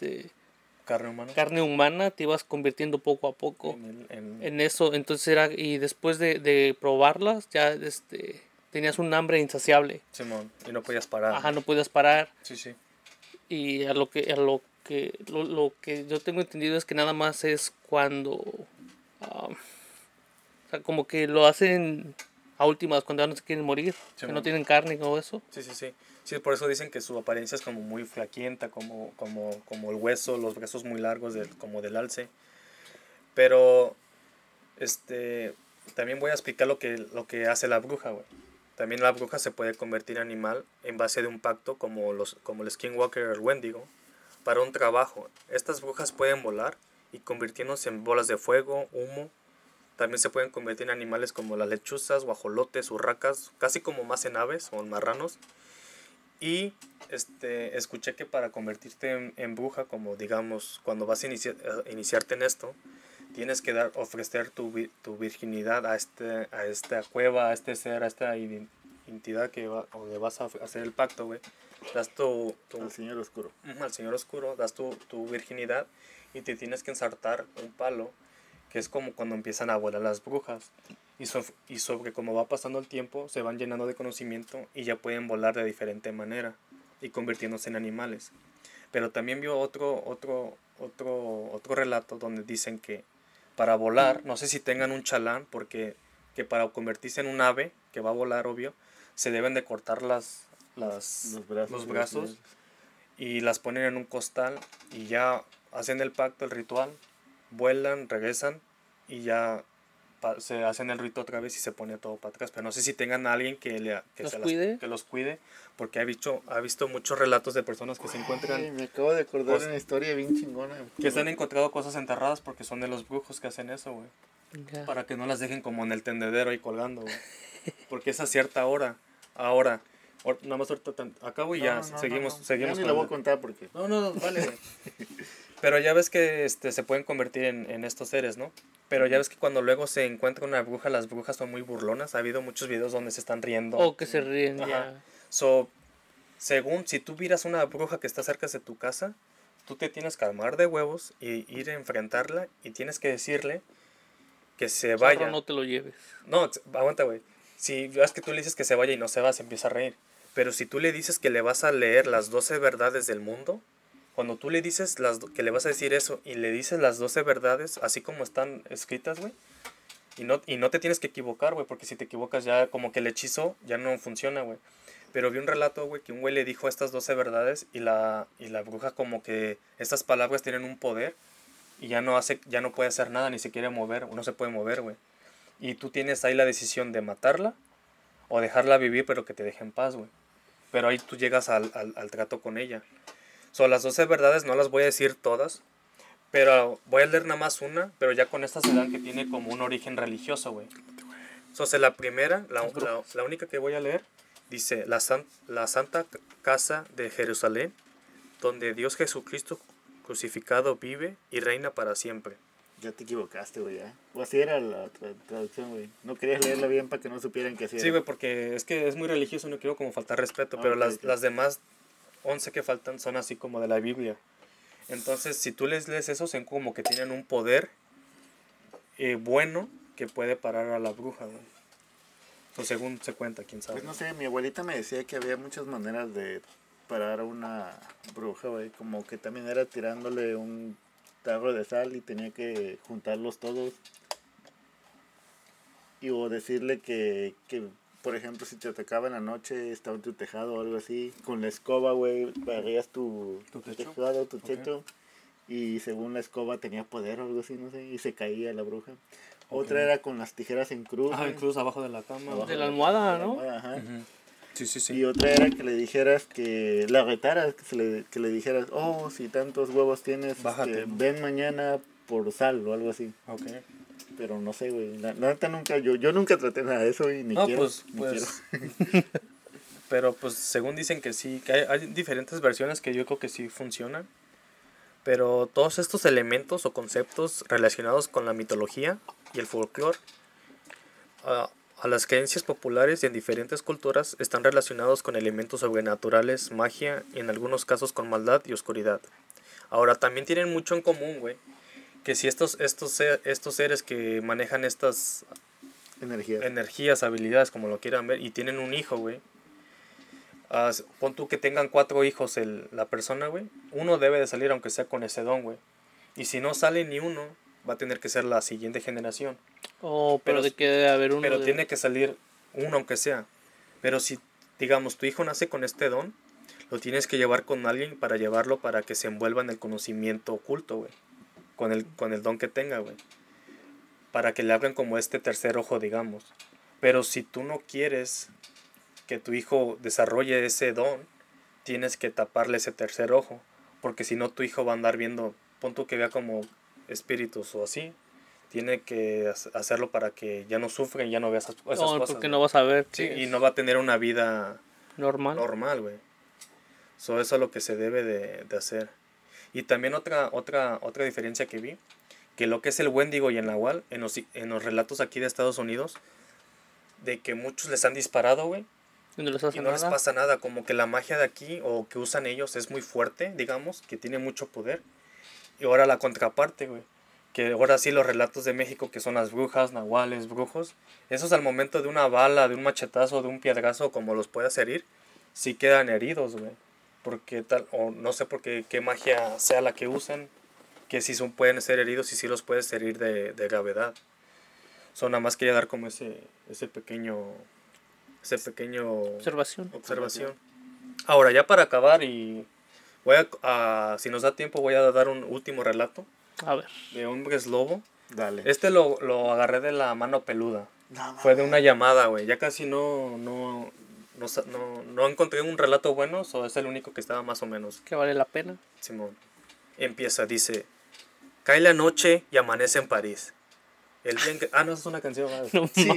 carne humana, te ibas convirtiendo poco a poco en eso. Entonces y después de probarlas, ya tenías un hambre insaciable. Simón, y no podías parar. Ajá, no podías parar. Sí. Y lo que yo tengo entendido es que nada más es cuando, o sea, como que lo hacen a últimas, cuando ya no se quieren morir, que no tienen carne o eso. Sí, por eso dicen que su apariencia es como muy flaquienta, como el hueso, los brazos muy largos como del alce. Pero también voy a explicar lo que hace la bruja, güey. También la bruja se puede convertir en animal en base de un pacto como el Skinwalker o el Wendigo para un trabajo. Estas brujas pueden volar y convirtiéndose en bolas de fuego, humo. También se pueden convertir en animales como las lechuzas, guajolotes, urracas, casi como más en aves o en marranos. Y escuché que para convertirte en bruja, como digamos, cuando vas a iniciarte en esto, tienes que ofrecer tu virginidad a esta cueva, a este ser, a esta entidad donde vas a hacer el pacto, güey. Das al Señor Oscuro. Al Señor Oscuro, das tu virginidad y te tienes que ensartar un palo, que es como cuando empiezan a volar las brujas. Y sobre cómo va pasando el tiempo, se van llenando de conocimiento y ya pueden volar de diferente manera y convirtiéndose en animales. Pero también vio otro relato donde dicen que para volar, no sé si tengan un chalán, porque que para convertirse en un ave que va a volar, obvio, se deben de cortar los brazos y las ponen en un costal y ya hacen el pacto, el ritual, vuelan, regresan y ya se hacen el rito otra vez y se pone todo para atrás. Pero no sé si tengan a alguien que los cuide, porque ha visto muchos relatos de personas que se encuentran. Ay, me acabo de acordar de una historia bien chingona. Que se han encontrado cosas enterradas porque son de los brujos que hacen eso, güey. Yeah. Para que no las dejen como en el tendedero ahí colgando, güey. Porque es a cierta hora. Ahora, nada más ahorita acabo y seguimos. Ya ni la voy a contar porque. No, vale. Pero ya ves que se pueden convertir en estos seres, ¿no? Pero ya ves que cuando luego se encuentra una bruja, las brujas son muy burlonas. Ha habido muchos videos donde se están riendo. O que se ríen, ya. Según, si tú miras una bruja que está cerca de tu casa, tú te tienes que armar de huevos y ir a enfrentarla y tienes que decirle que se vaya. Zorro, no te lo lleves. No, aguanta, güey. Si es que tú le dices que se vaya y no se va, se empieza a reír. Pero si tú le dices que le vas a leer las 12 verdades del mundo, cuando tú le dices que le vas a decir eso y le dices las 12 verdades, así como están escritas, güey, y no te tienes que equivocar, güey, porque si te equivocas ya como que el hechizo ya no funciona, güey. Pero vi un relato, güey, que un güey le dijo estas 12 verdades y la bruja como que estas palabras tienen un poder y ya no puede hacer nada, ni se quiere mover, no se puede mover, güey. Y tú tienes ahí la decisión de matarla o dejarla vivir, pero que te deje en paz, güey. Pero ahí tú llegas al trato con ella. Las 12 verdades no las voy a decir todas, pero voy a leer nada más una, pero ya con esta se dan que tiene como un origen religioso, güey. La primera, la única que voy a leer, dice, la Santa Casa de Jerusalén, donde Dios Jesucristo crucificado vive y reina para siempre. Ya te equivocaste, güey, ya. O así era la traducción, güey. No querías leerla bien para que no supieran que así era. Sí, güey, porque es que es muy religioso, no quiero como faltar respeto, pero las demás 11 que faltan son así como de la Biblia. Entonces, si tú lees eso, son como que tienen un poder bueno que puede parar a la bruja, güey. O según se cuenta, quién sabe. Pues no sé, mi abuelita me decía que había muchas maneras de parar a una bruja, güey. Como que también era tirándole un tarro de sal y tenía que juntarlos todos. Y o decirle que por ejemplo, si te atacaba en la noche, estaba en tu tejado o algo así, con la escoba, güey, barrías tu tejado, tu techo, y según la escoba tenía poder o algo así, no sé, y se caía la bruja. Otra era con las tijeras en cruz. En cruz abajo de la cama. Abajo de la almohada, ¿no? Ajá. Sí. Y otra era que le dijeras que la retaras, que le dijeras, oh, si tantos huevos tienes, ven mañana por sal o algo así. Okay. Pero no sé, güey. La neta nunca, yo nunca traté nada de eso y ni quiero. Pues. Pero pues según dicen que sí, que hay diferentes versiones que yo creo que sí funcionan. Pero todos estos elementos o conceptos relacionados con la mitología y el folclore a las creencias populares y en diferentes culturas están relacionados con elementos sobrenaturales, magia y en algunos casos con maldad y oscuridad. Ahora también tienen mucho en común, güey, que si estos seres que manejan estas energías, habilidades, como lo quieran ver, y tienen un hijo, güey, pon tú que tengan 4 hijos la persona, güey, uno debe de salir aunque sea con ese don, güey. Y si no sale ni uno, va a tener que ser la siguiente generación. Pero de que debe haber uno. Pero tiene que salir uno aunque sea. Pero si, digamos, tu hijo nace con este don, lo tienes que llevar con alguien para llevarlo para que se envuelva en el conocimiento oculto, güey. Con el don que tenga, güey. Para que le abran como este tercer ojo, digamos. Pero si tú no quieres que tu hijo desarrolle ese don, tienes que taparle ese tercer ojo. Porque si no, tu hijo va a andar viendo, pon tú que vea como espíritus o así. Tiene que hacerlo para que ya no sufra y ya no vea esas cosas. Porque no vas a ver. Sí, y no va a tener una vida normal, güey. Eso es lo que se debe de hacer. Y también otra diferencia que vi, que lo que es el Wendigo y el Nahual, en los relatos aquí de Estados Unidos, de que muchos les han disparado, güey, y no les pasa nada, como que la magia de aquí, o que usan ellos, es muy fuerte, digamos, que tiene mucho poder. Y ahora la contraparte, güey, que ahora sí los relatos de México, que son las brujas, nahuales, brujos, esos al momento de una bala, de un machetazo, de un piedrazo, como los puedas herir, sí quedan heridos, güey. Porque tal, o no sé por qué magia sea la que que sí pueden ser heridos y sí los puedes herir de gravedad. Nada más quería dar como ese pequeño observación. Ahora, ya para acabar, y voy si nos da tiempo, voy a dar un último relato. A ver. De hombres lobo. Dale. Lo agarré de la mano peluda. Fue de una llamada, güey. Ya casi no encontré un relato bueno, es el único que estaba más o menos. Que vale la pena. Simón. Empieza, dice: cae la noche y amanece en París. El día en que... no, esa es una canción. No, sí,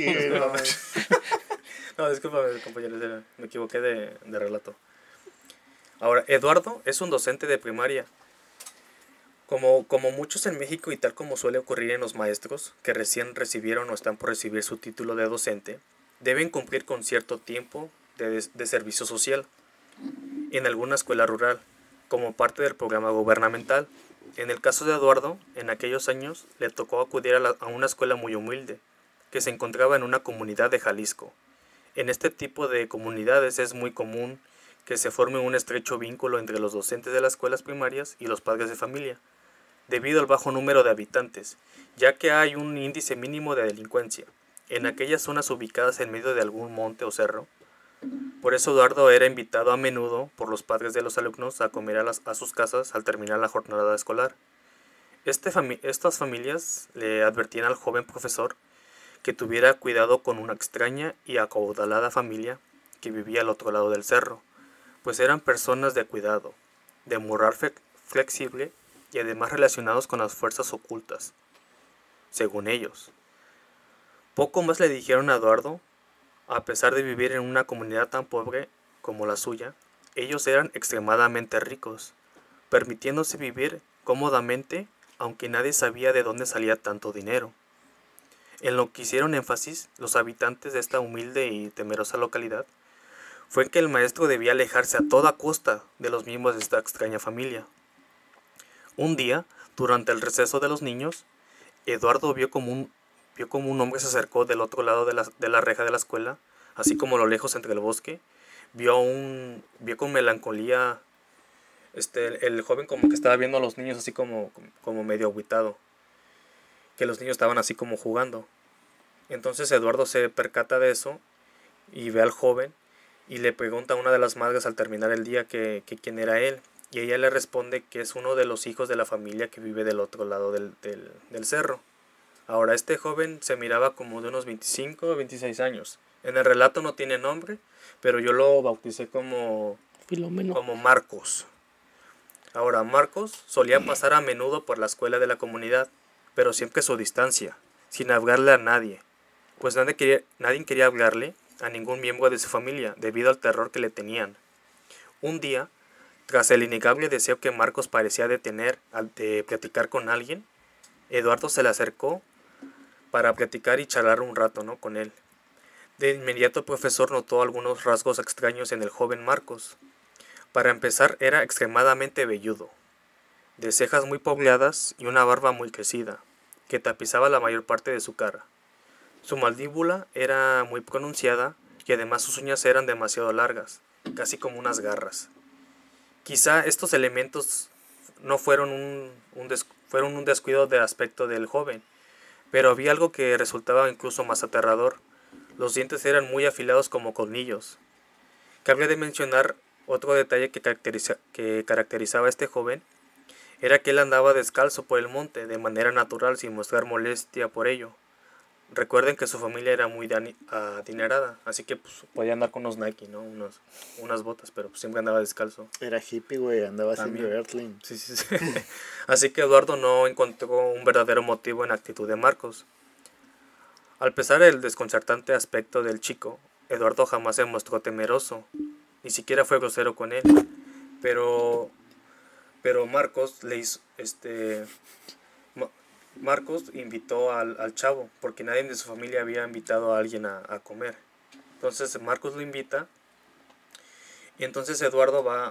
no, discúlpame, compañeros, me equivoqué de relato. Ahora, Eduardo es un docente de primaria. Como muchos en México y tal como suele ocurrir en los maestros que recién recibieron o están por recibir su título de docente, deben cumplir con cierto tiempo de servicio social en alguna escuela rural, como parte del programa gubernamental. En el caso de Eduardo, en aquellos años le tocó acudir a una escuela muy humilde, que se encontraba en una comunidad de Jalisco. En este tipo de comunidades es muy común que se forme un estrecho vínculo entre los docentes de las escuelas primarias y los padres de familia, debido al bajo número de habitantes, ya que hay un índice mínimo de delincuencia en aquellas zonas ubicadas en medio de algún monte o cerro. Por eso Eduardo era invitado a menudo por los padres de los alumnos a comer a sus casas al terminar la jornada escolar. Estas familias le advertían al joven profesor que tuviera cuidado con una extraña y acaudalada familia que vivía al otro lado del cerro, pues eran personas de cuidado, de moral flexible y además relacionados con las fuerzas ocultas, según ellos. Poco más le dijeron a Eduardo. A pesar de vivir en una comunidad tan pobre como la suya, ellos eran extremadamente ricos, permitiéndose vivir cómodamente, aunque nadie sabía de dónde salía tanto dinero. En lo que hicieron énfasis los habitantes de esta humilde y temerosa localidad fue que el maestro debía alejarse a toda costa de los miembros de esta extraña familia. Un día, durante el receso de los niños, Eduardo vio como un hombre se acercó del otro lado de la reja de la escuela así como a lo lejos entre el bosque, vio con melancolía, el joven como que estaba viendo a los niños así como medio agüitado, que los niños estaban así como jugando. Entonces Eduardo se percata de eso y ve al joven y le pregunta a una de las madres al terminar el día que quién era él, y ella le responde que es uno de los hijos de la familia que vive del otro lado del cerro. Ahora, este joven se miraba como de unos 25 o 26 años. En el relato no tiene nombre, pero yo lo bauticé como Filomeno. Como Marcos. Ahora, Marcos solía pasar a menudo por la escuela de la comunidad, pero siempre a su distancia, sin hablarle a nadie, pues nadie quería hablarle a ningún miembro de su familia debido al terror que le tenían. Un día, tras el innegable deseo que Marcos parecía de tener de platicar con alguien, Eduardo se le acercó para platicar y charlar un rato, ¿no?, con él. De inmediato el profesor notó algunos rasgos extraños en el joven Marcos. Para empezar, era extremadamente velludo, de cejas muy pobladas y una barba muy crecida, que tapizaba la mayor parte de su cara. Su mandíbula era muy pronunciada y además sus uñas eran demasiado largas, casi como unas garras. Quizá estos elementos no fueron un descuido de aspecto del joven, pero había algo que resultaba incluso más aterrador. Los dientes eran muy afilados como colmillos. Cabe de mencionar otro detalle que caracterizaba a este joven, era que él andaba descalzo por el monte de manera natural sin mostrar molestia por ello. Recuerden que su familia era muy adinerada, así que pues, podía andar con unos Nike, ¿no? Unas botas, pero pues, siempre andaba descalzo. Era hippie, güey, andaba haciendo Earthling. Sí. Así que Eduardo no encontró un verdadero motivo en la actitud de Marcos. Al pesar del desconcertante aspecto del chico, Eduardo jamás se mostró temeroso, ni siquiera fue grosero con él. Pero Marcos le hizo, Marcos invitó al chavo, porque nadie de su familia había invitado a alguien a comer. Entonces Marcos lo invita, y entonces Eduardo va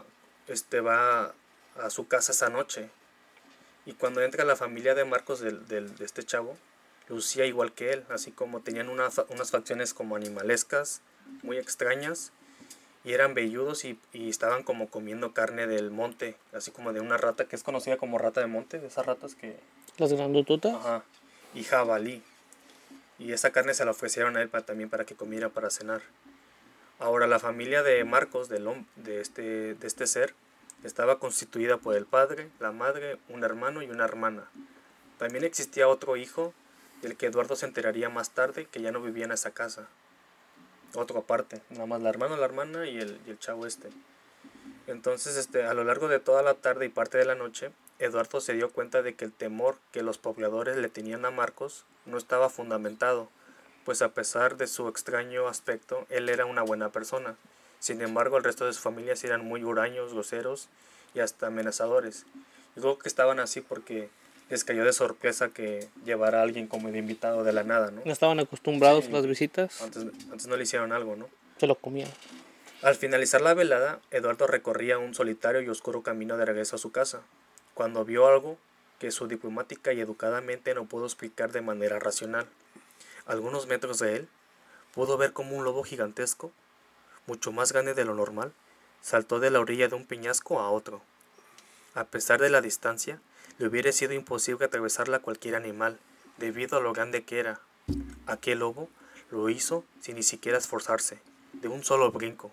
a su casa esa noche. Y cuando entra la familia de Marcos, de este chavo, lucía igual que él, así como tenían unas facciones como animalescas, muy extrañas, y eran velludos y estaban como comiendo carne del monte, así como de una rata que es conocida como rata de monte, de esas ratas que... Las grandototas. Ajá, y jabalí. Y esa carne se la ofrecieron a él también para que comiera para cenar. Ahora, la familia de Marcos, de este ser, estaba constituida por el padre, la madre, un hermano y una hermana. También existía otro hijo, del que Eduardo se enteraría más tarde, que ya no vivía en esa casa. Otro aparte, nada más la hermana y el chavo este. Entonces, a lo largo de toda la tarde y parte de la noche, Eduardo se dio cuenta de que el temor que los pobladores le tenían a Marcos no estaba fundamentado, pues a pesar de su extraño aspecto, él era una buena persona. Sin embargo, el resto de su familia sí eran muy huraños, groseros y hasta amenazadores. Yo creo que estaban así porque les cayó de sorpresa que llevara a alguien como de invitado de la nada, ¿no? No estaban acostumbrados Sí. a las visitas. Antes no le hicieron algo, ¿no? Se lo comían. Al finalizar la velada, Eduardo recorría un solitario y oscuro camino de regreso a su casa, cuando vio algo que su diplomática y educadamente no pudo explicar de manera racional. A algunos metros de él, pudo ver como un lobo gigantesco, mucho más grande de lo normal, saltó de la orilla de un peñasco a otro. A pesar de la distancia, le hubiera sido imposible atravesarla a cualquier animal, debido a lo grande que era. Aquel lobo lo hizo sin ni siquiera esforzarse, de un solo brinco.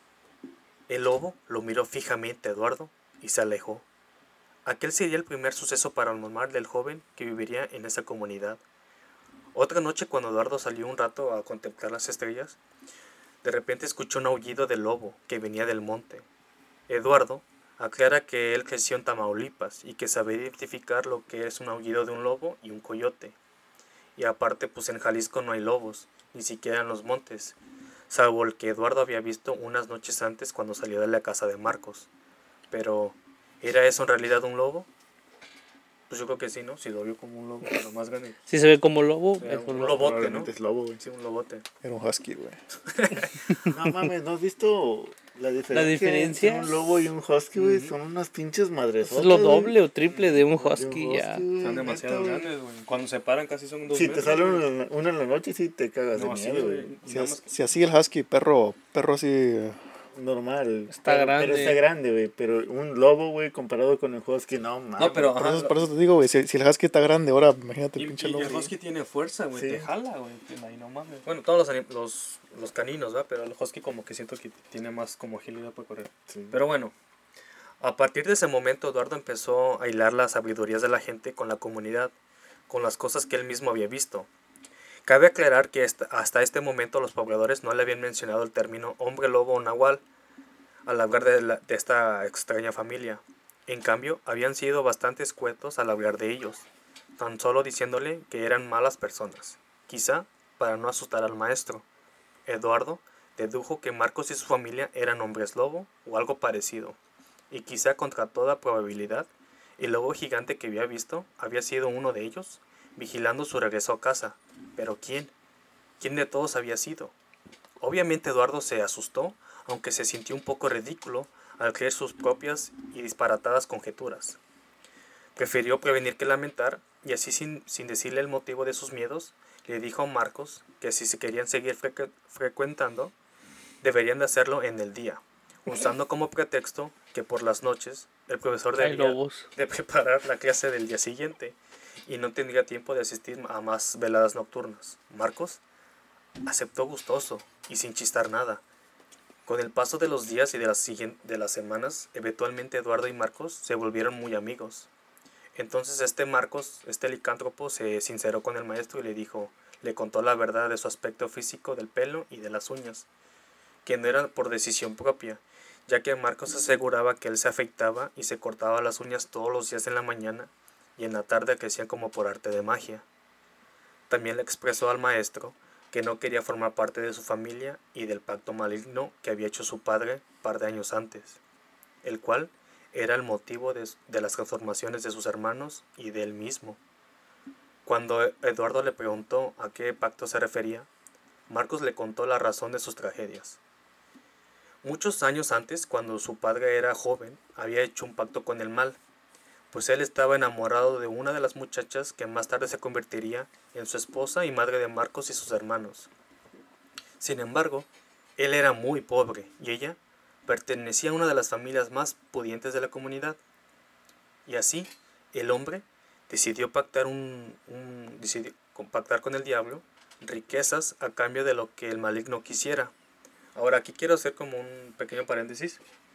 El lobo lo miró fijamente a Eduardo y se alejó. Aquel sería el primer suceso paranormal del joven que viviría en esa comunidad. Otra noche, cuando Eduardo salió un rato a contemplar las estrellas, de repente escuchó un aullido del lobo que venía del monte. Eduardo aclara que él creció en Tamaulipas y que sabe identificar lo que es un aullido de un lobo y un coyote. Y aparte, pues en Jalisco no hay lobos, ni siquiera en los montes, salvo el que Eduardo había visto unas noches antes cuando salió de la casa de Marcos. Pero, ¿era eso en realidad un lobo? Pues yo creo que sí, ¿no? Si lo vio como un lobo, pero más grande. Si se ve como lobo, Era es un un lobo. lobote, ¿no? Es lobo, güey. Sí, un lobote. Era un husky, güey. No mames, ¿no has visto La diferencia entre un lobo y un husky, güey, son unas pinches madres. Es lo doble o triple de un husky, ya. Son demasiado grandes, güey. Cuando se paran casi son 2 Si metros. te sale uno en la noche, sí te cagas de miedo, güey. Si así el husky, perro así... Normal. Está grande. Pero está grande, güey. Pero un lobo, güey, comparado con el husky, no mames. No, pero... Por eso te digo, güey, si el husky está grande, ahora imagínate el Y pinche lobo. el husky tiene fuerza, güey, Sí. te jala, güey. Ahí no mames. Bueno, todos los caninos, ¿verdad? Pero el husky como que siento que tiene más como agilidad para correr. Sí. Pero bueno, a partir de ese momento Eduardo empezó a hilar las sabidurías de la gente con la comunidad, con las cosas que él mismo había visto. Cabe aclarar que hasta este momento los pobladores no le habían mencionado el término hombre lobo o nahual al hablar de esta extraña familia. En cambio, habían sido bastante escuetos al hablar de ellos, tan solo diciéndole que eran malas personas, quizá para no asustar al maestro. Eduardo dedujo que Marcos y su familia eran hombres lobo o algo parecido, y quizá contra toda probabilidad, el lobo gigante que había visto había sido uno de ellos, vigilando su regreso a casa. ¿Pero quién? ¿Quién de todos había sido? Obviamente Eduardo se asustó, aunque se sintió un poco ridículo al creer sus propias y disparatadas conjeturas. Prefirió prevenir que lamentar, y así sin decirle el motivo de sus miedos, le dijo a Marcos que si se querían seguir frecuentando, deberían de hacerlo en el día, usando como pretexto que por las noches el profesor debía de preparar la clase del día siguiente y no tendría tiempo de asistir a más veladas nocturnas. Marcos aceptó gustoso y sin chistar nada. Con el paso de los días y de las semanas, eventualmente Eduardo y Marcos se volvieron muy amigos. Entonces Marcos, este licántropo, se sinceró con el maestro y le contó la verdad de su aspecto físico, del pelo y de las uñas, que no era por decisión propia, ya que Marcos aseguraba que él se afeitaba y se cortaba las uñas todos los días en la mañana y en la tarde crecían como por arte de magia. También le expresó al maestro que no quería formar parte de su familia y del pacto maligno que había hecho su padre un par de años antes, el cual era el motivo de las transformaciones de sus hermanos y de él mismo. Cuando Eduardo le preguntó a qué pacto se refería, Marcos le contó la razón de sus tragedias. Muchos años antes, cuando su padre era joven, había hecho un pacto con el mal, pues él estaba enamorado de una de las muchachas que más tarde se convertiría en su esposa y madre de Marcos y sus hermanos. Sin embargo, él era muy pobre y ella pertenecía a una de las familias más pudientes de la comunidad. Y así, el hombre decidió pactar con el diablo riquezas a cambio de lo que el maligno quisiera. Ahora aquí quiero hacer como un pequeño paréntesis.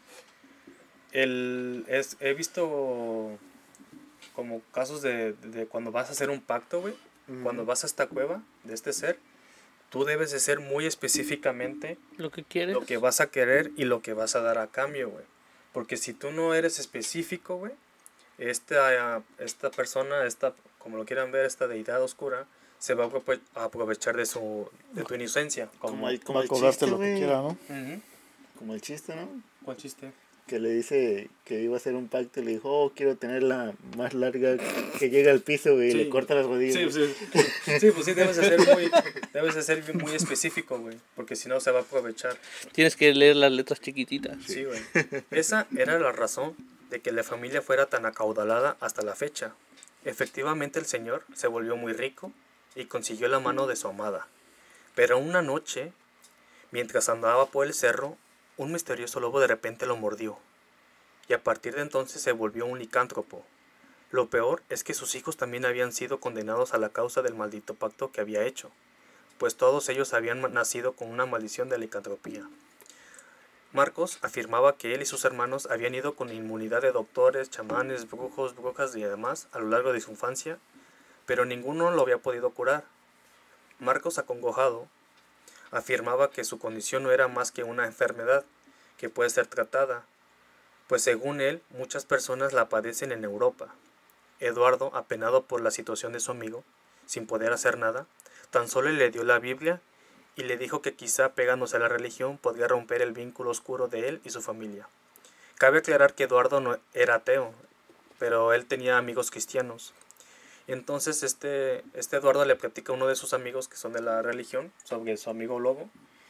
He visto como casos de cuando vas a hacer un pacto, güey. Cuando vas a esta cueva de este ser, tú debes de ser muy específicamente lo que quieres, lo que vas a querer y lo que vas a dar a cambio, güey. Porque si tú no eres específico, güey, esta persona, como lo quieran ver, esta deidad oscura, se va a aprovechar de tu inocencia. Como el cobrarte chiste, lo que güey. quiera, ¿no? Como el chiste, ¿no? ¿Cuál chiste? Que le dice que iba a hacer un pacto y le dijo, oh, quiero tener la más larga que llega al piso, güey, Sí. y le corta las rodillas. Sí, pues sí, debes de ser muy específico, güey, porque si no se va a aprovechar. tienes que leer las letras chiquititas. Sí, güey. Esa era la razón de que la familia fuera tan acaudalada hasta la fecha. Efectivamente el señor se volvió muy rico y consiguió la mano de su amada. Pero una noche, mientras andaba por el cerro, un misterioso lobo de repente lo mordió, y a partir de entonces se volvió un licántropo. Lo peor es que sus hijos también habían sido condenados a la causa del maldito pacto que había hecho, pues todos ellos habían nacido con una maldición de licantropía. Marcos afirmaba que él y sus hermanos habían ido con inmunidad de doctores, chamanes, brujos, brujas y demás a lo largo de su infancia, pero ninguno lo había podido curar. Marcos, acongojado, afirmaba que su condición no era más que una enfermedad que puede ser tratada, pues según él, muchas personas la padecen en Europa. Eduardo, apenado por la situación de su amigo, sin poder hacer nada, tan solo le dio la Biblia y le dijo que quizá pegándose a la religión podría romper el vínculo oscuro de él y su familia. Cabe aclarar que Eduardo no era ateo, pero él tenía amigos cristianos. Entonces este Eduardo le platica a uno de sus amigos que son de la religión sobre su amigo lobo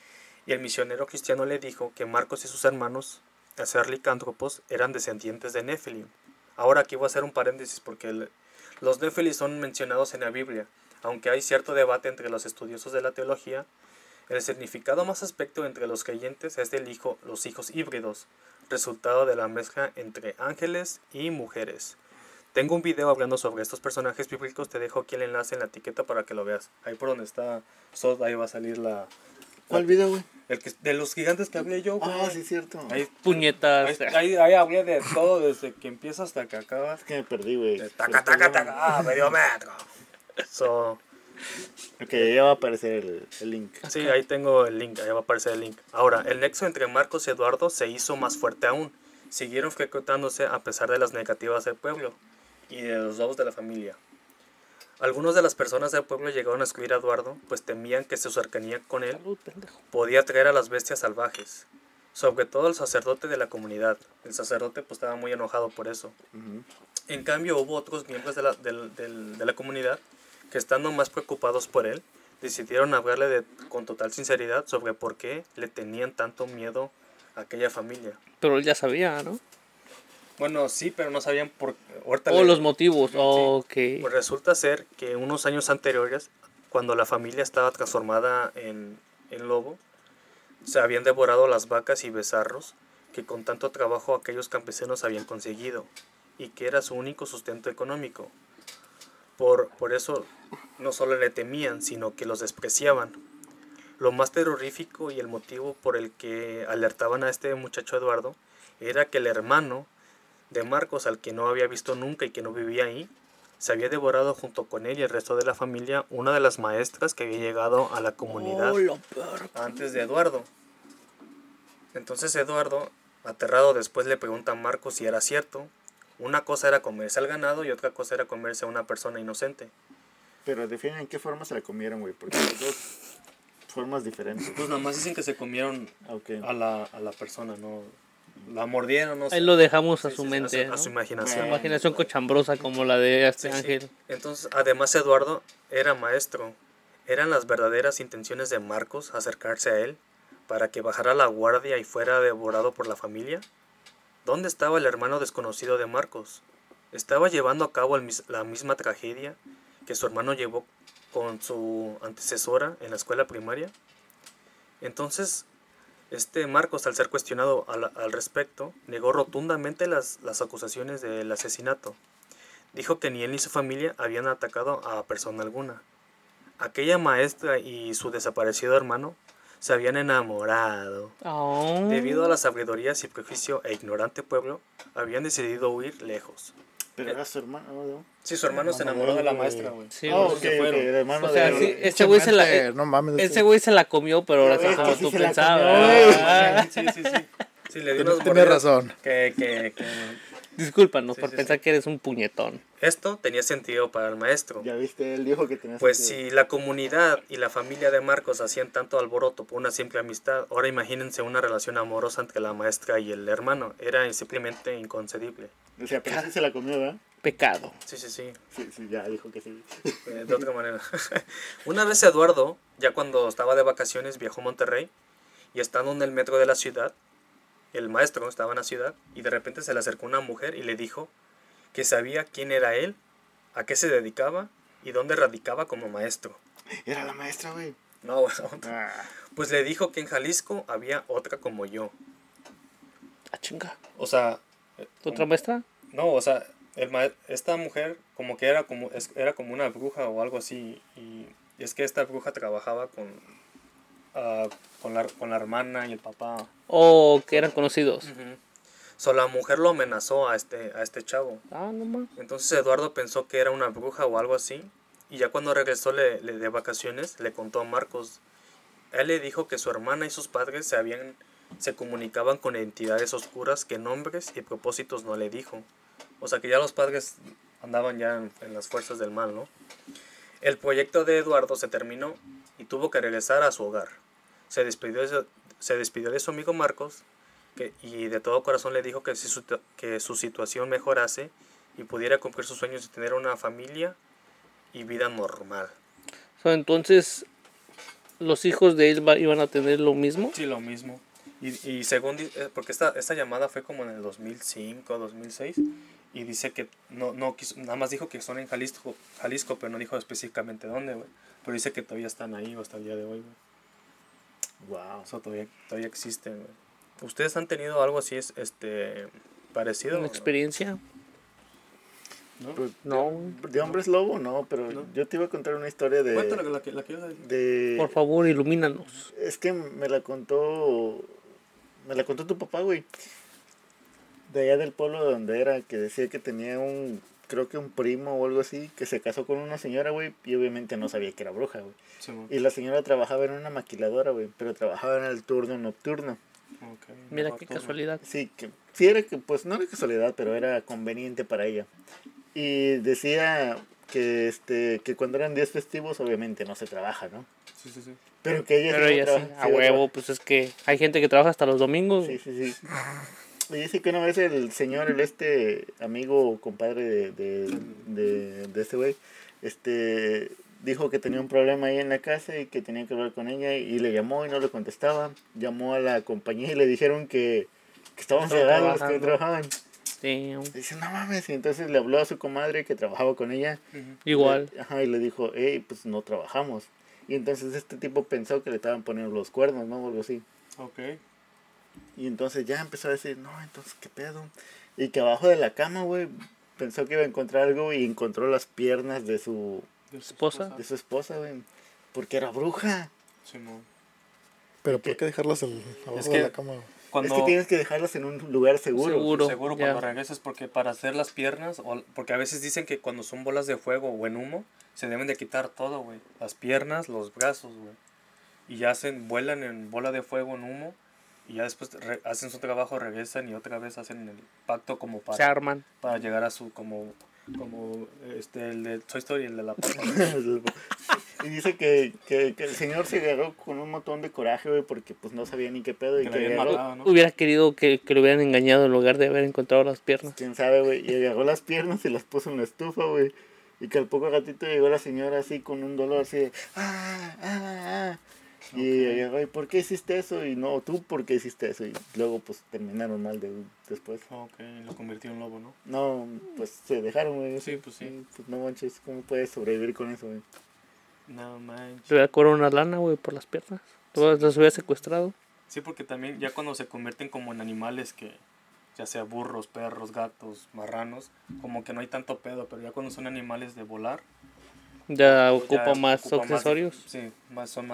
y el misionero cristiano le dijo que Marcos y sus hermanos, al ser licántropos, eran descendientes de Nefilim. Ahora aquí voy a hacer un paréntesis porque los Nefilim son mencionados en la Biblia, aunque hay cierto debate entre los estudiosos de la teología. El significado más aspecto entre los creyentes es los hijos híbridos, resultado de la mezcla entre ángeles y mujeres. Tengo un video hablando sobre estos personajes bíblicos, te dejo aquí el enlace en la etiqueta para que lo veas. Ahí por donde está Sod, ahí va a salir ¿Cuál video, güey? de los gigantes que hablé yo, güey. Ah, sí, cierto. Ahí, Puñetas. ahí hablé de todo, desde que empieza hasta que acaba. Es que me perdí, güey. Taca, taca, taca, medio metro. Ok, ya va a aparecer el link. Sí, ahí tengo el link, ahí va a aparecer el link. Ahora, el nexo entre Marcos y Eduardo se hizo más fuerte aún. Siguieron frecuentándose a pesar de las negativas del pueblo y de los lobos de la familia. Algunas de las personas del pueblo llegaron a excluir a Eduardo, pues temían que su cercanía con él podía atraer a las bestias salvajes. Sobre todo el sacerdote de la comunidad. El sacerdote pues estaba muy enojado por eso. Ujú. En cambio hubo otros miembros de la comunidad que, estando más preocupados por él, decidieron hablarle con total sinceridad sobre por qué le tenían tanto miedo a aquella familia. Pero él ya sabía, ¿no? Bueno, sí, pero no sabían por qué. Los motivos. Sí. Ok. Pues resulta ser que unos años anteriores, cuando la familia estaba transformada en lobo, se habían devorado las vacas y becerros que con tanto trabajo aquellos campesinos habían conseguido, y que era su único sustento económico. Por eso no solo le temían, sino que los despreciaban. Lo más terrorífico y el motivo por el que alertaban a este muchacho Eduardo era que el hermano de Marcos, al que no había visto nunca y que no vivía ahí, se había devorado junto con él y el resto de la familia una de las maestras que había llegado a la comunidad antes de Eduardo. Entonces Eduardo, aterrado, después le pregunta a Marcos si era cierto. Una cosa era comerse al ganado y otra cosa era comerse a una persona inocente. Pero definen en qué forma se la comieron, güey, porque hay dos formas diferentes. Pues nada más dicen que se comieron Okay. a la persona, ¿no? La mordieron, no sé. Ahí lo dejamos a Sí, su sí, mente, a ¿no? su imaginación. Imaginación cochambrosa como la de este Sí, sí. ángel. Entonces, además Eduardo era maestro. ¿Eran las verdaderas intenciones de Marcos acercarse a él para que bajara la guardia y fuera devorado por la familia? ¿Dónde estaba el hermano desconocido de Marcos? ¿Estaba llevando a cabo la misma tragedia que su hermano llevó con su antecesora en la escuela primaria? Entonces, Marcos, al ser cuestionado al respecto, negó rotundamente las acusaciones del asesinato. Dijo que ni él ni su familia habían atacado a persona alguna. Aquella maestra y su desaparecido hermano se habían enamorado. Oh. Debido a las sabidurías y prejuicio e ignorante pueblo, habían decidido huir lejos. Pero era su hermano, ¿no? Sí, su hermano se enamoró de la maestra, güey. Sí, Oh, güey. ok, se fueron. el hermano O sea, de... sí, ese güey se la... No mames. Ese güey se la comió, pero ahora sí Pero es como que sí tú se la pensabas. comió, Ah, Sí. Sí, le dio Tienes unos mordidas razón. que discúlpanos Sí, por sí, pensar que eres un puñetón. Esto tenía sentido para el maestro. Ya viste, él dijo que tenía Pues sentido. si la comunidad y la familia de Marcos hacían tanto alboroto por una simple amistad, ahora imagínense una relación amorosa entre la maestra y el hermano. Era simplemente inconcebible. O sea, pero sí se la comió, ¿verdad? Pecado. Sí. Sí, ya dijo que sí. De otra manera. Una vez Eduardo, ya cuando estaba de vacaciones, viajó a Monterrey y estando en el metro de la ciudad, el maestro estaba en la ciudad y de repente se le acercó una mujer y le dijo que sabía quién era él, a qué se dedicaba y dónde radicaba como maestro. Era la maestra, güey. No, bueno, Ah, pues le dijo que en Jalisco había otra como yo. Ah, chinga. O sea, ¿Tu otra maestra? no, o sea, esta mujer como que era como una bruja o algo así. Y es que esta bruja trabajaba con la hermana y el papá. O que eran conocidos. So, la mujer lo amenazó a este chavo. Ah, no más. Entonces Eduardo pensó que era una bruja o algo así. Y ya cuando regresó de vacaciones, le contó a Marcos. Él le dijo que su hermana y sus padres se comunicaban con entidades oscuras que nombres y propósitos no le dijo. O sea que ya los padres andaban ya en las fuerzas del mal, ¿no? El proyecto de Eduardo se terminó y tuvo que regresar a su hogar. Se despidió de su amigo Marcos y de todo corazón le dijo que su situación mejorase y pudiera cumplir sus sueños de tener una familia y vida normal. So, entonces, los hijos de él iban a tener lo mismo. Sí, lo mismo. Y según, porque esta llamada fue como en el 2005, 2006, y dice que no quiso, nada más dijo que son en Jalisco, pero no dijo específicamente dónde, güey. Pero dice que todavía están ahí hasta el día de hoy, güey. Wow. Eso todavía existen, güey. ¿Ustedes han tenido algo así, parecido? ¿Una experiencia? ¿No? Pues, No. De hombres lobo, no, pero No. yo te iba a contar una historia de... Cuéntala, la que ibas a decir. Por favor, ilumínanos. Es que me la contó tu papá, güey. De allá del pueblo de donde era, que decía que tenía creo que un primo o algo así, que se casó con una señora, güey, y obviamente no sabía que era bruja, güey. Sí, güey. Y la señora trabajaba en una maquiladora, güey, pero trabajaba en el turno nocturno. Ok, Mira mejor qué tú, casualidad. Sí, sí era que, pues no era casualidad, pero era conveniente para ella. Y decía que cuando eran días festivos, obviamente no se trabaja, ¿no? Sí, sí, sí. Pero que ella Pero sí ella sí, trabaja, a sí, huevo, pues es que hay gente que trabaja hasta los domingos. Sí, sí, sí. Y dice que una vez el señor, amigo o compadre de este güey, dijo que tenía un problema ahí en la casa y que tenía que hablar con ella y le llamó y no le contestaba. Llamó a la compañía y le dijeron que estaban Estaban cerrados, que trabajando. trabajaban. Sí, Dice, no mames, y entonces le habló a su comadre que trabajaba con ella. igual. Ajá, y le dijo, pues no trabajamos. Y entonces este tipo pensó que le estaban poniendo los cuernos, ¿no? O algo así. Ok. Y entonces ya empezó a decir, no, entonces, ¿qué pedo? Y que abajo de la cama, güey, pensó que iba a encontrar algo y encontró las piernas de su ¿Esposa? esposa, güey. Porque era bruja. Simón. Pero ¿por qué dejarlas abajo Es de que- la cama? Cuando, Es que tienes que dejarlas en un lugar seguro. seguro ya. cuando regresas, porque para hacer las piernas, porque a veces dicen que cuando son bolas de fuego o en humo, se deben de quitar todo, güey. Las piernas, los brazos, güey. Y ya vuelan en bola de fuego en humo, y ya después hacen su trabajo, regresan y otra vez hacen el pacto como Se arman. para llegar a su, como el de Toy Story, el de la papa. Y dice que el señor se agarró con un montón de coraje, güey, porque pues no sabía ni qué pedo. Y Que que le habían agarró, matado, ¿no? Hubiera querido que lo hubieran engañado en lugar de haber encontrado las piernas. quién sabe, güey. Y agarró las piernas y las puso en la estufa, güey. Y que al poco ratito llegó la señora así con un dolor así de... Y agarró, ¿y por qué hiciste eso? Y no, ¿tú por qué hiciste eso? Y luego pues terminaron mal después. Ok, lo convirtió en lobo, ¿no? No, pues se dejaron, güey. Sí, pues sí. Pues no manches, ¿cómo puedes sobrevivir con eso, güey? No manches. Le hubiera cobrado una lana, güey, por las piernas. Las hubiera secuestrado. Sí, porque también ya cuando se convierten como en animales que, ya sea burros, perros, gatos, marranos, como que no hay tanto pedo, pero ya cuando son animales de volar, Ya pues ocupa más ocupa accesorios. Sí, son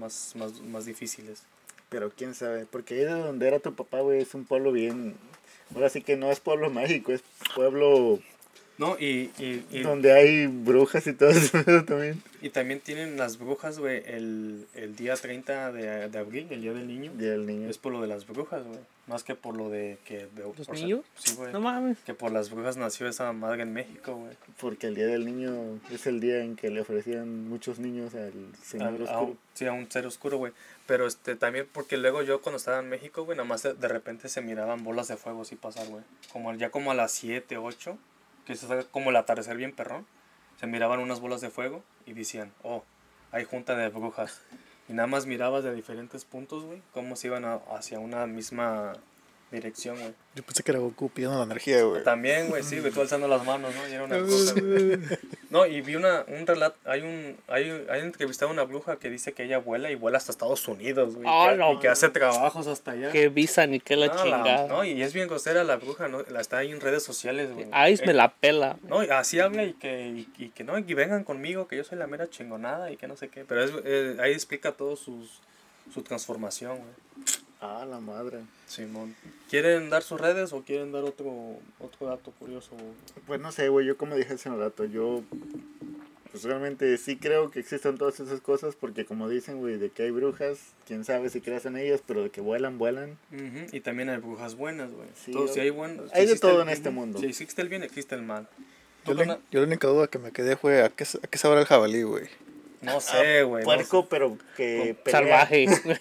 más difíciles. Pero quién sabe, porque ahí de donde era tu papá, güey, es un pueblo bien... Ahora sí que no es pueblo mágico, es pueblo No, y donde hay brujas y todo eso también. y también tienen las brujas, güey, el día 30 de abril, el día del niño, Y el niño. es por lo de las brujas, güey, más que por lo de que... ¿Los por niños? Sí, güey. No mames. Que por las brujas nació esa madre en México, güey. Porque el día del niño es el día en que le ofrecían muchos niños al señor oscuro. Sí, a un ser oscuro, güey. Pero también porque luego yo cuando estaba en México, güey, nada más de repente se miraban bolas de fuego así pasar, güey. Ya como a las 7, 8, que se saca como el atardecer bien perrón, se miraban unas bolas de fuego y decían, oh, hay junta de brujas. Y nada más mirabas de diferentes puntos, güey, cómo se iban hacia una misma dirección, güey. Yo pensé que era Goku pidiendo la energía, güey. También, güey, sí, güey, tú alzando las manos, ¿no? Y era una cosa, güey. No, y vi un relato, hay entrevistado a una bruja que dice que ella vuela y vuela hasta Estados Unidos, güey. Ah, y no. que hace trabajos hasta allá. Que visa ni que la No, chingada. no, y es bien grosera la bruja, ¿no? Está ahí en redes sociales, güey. Ice me la pela. No, y así habla y que no, y que vengan conmigo, que yo soy la mera chingonada y que no sé qué. Pero ahí explica todo su transformación, güey. Ah, la madre. Simón. ¿Quieren dar sus redes o quieren dar otro dato curioso? Pues no sé, güey, yo como dije hace un rato, yo pues realmente sí creo que existen todas esas cosas porque como dicen, güey, de que hay brujas, quién sabe si creas en ellas, pero de que vuelan, vuelan. Ujú, y también hay brujas buenas, güey. Sí, Si hay hay de todo en el- este mundo. Si existe el bien, existe el mal. Yo, ¿Tú, carnal? la única duda que me quedé fue ¿a qué sabrá el jabalí, güey? No sé, güey. no Puerco, pero que pelea. Salvaje.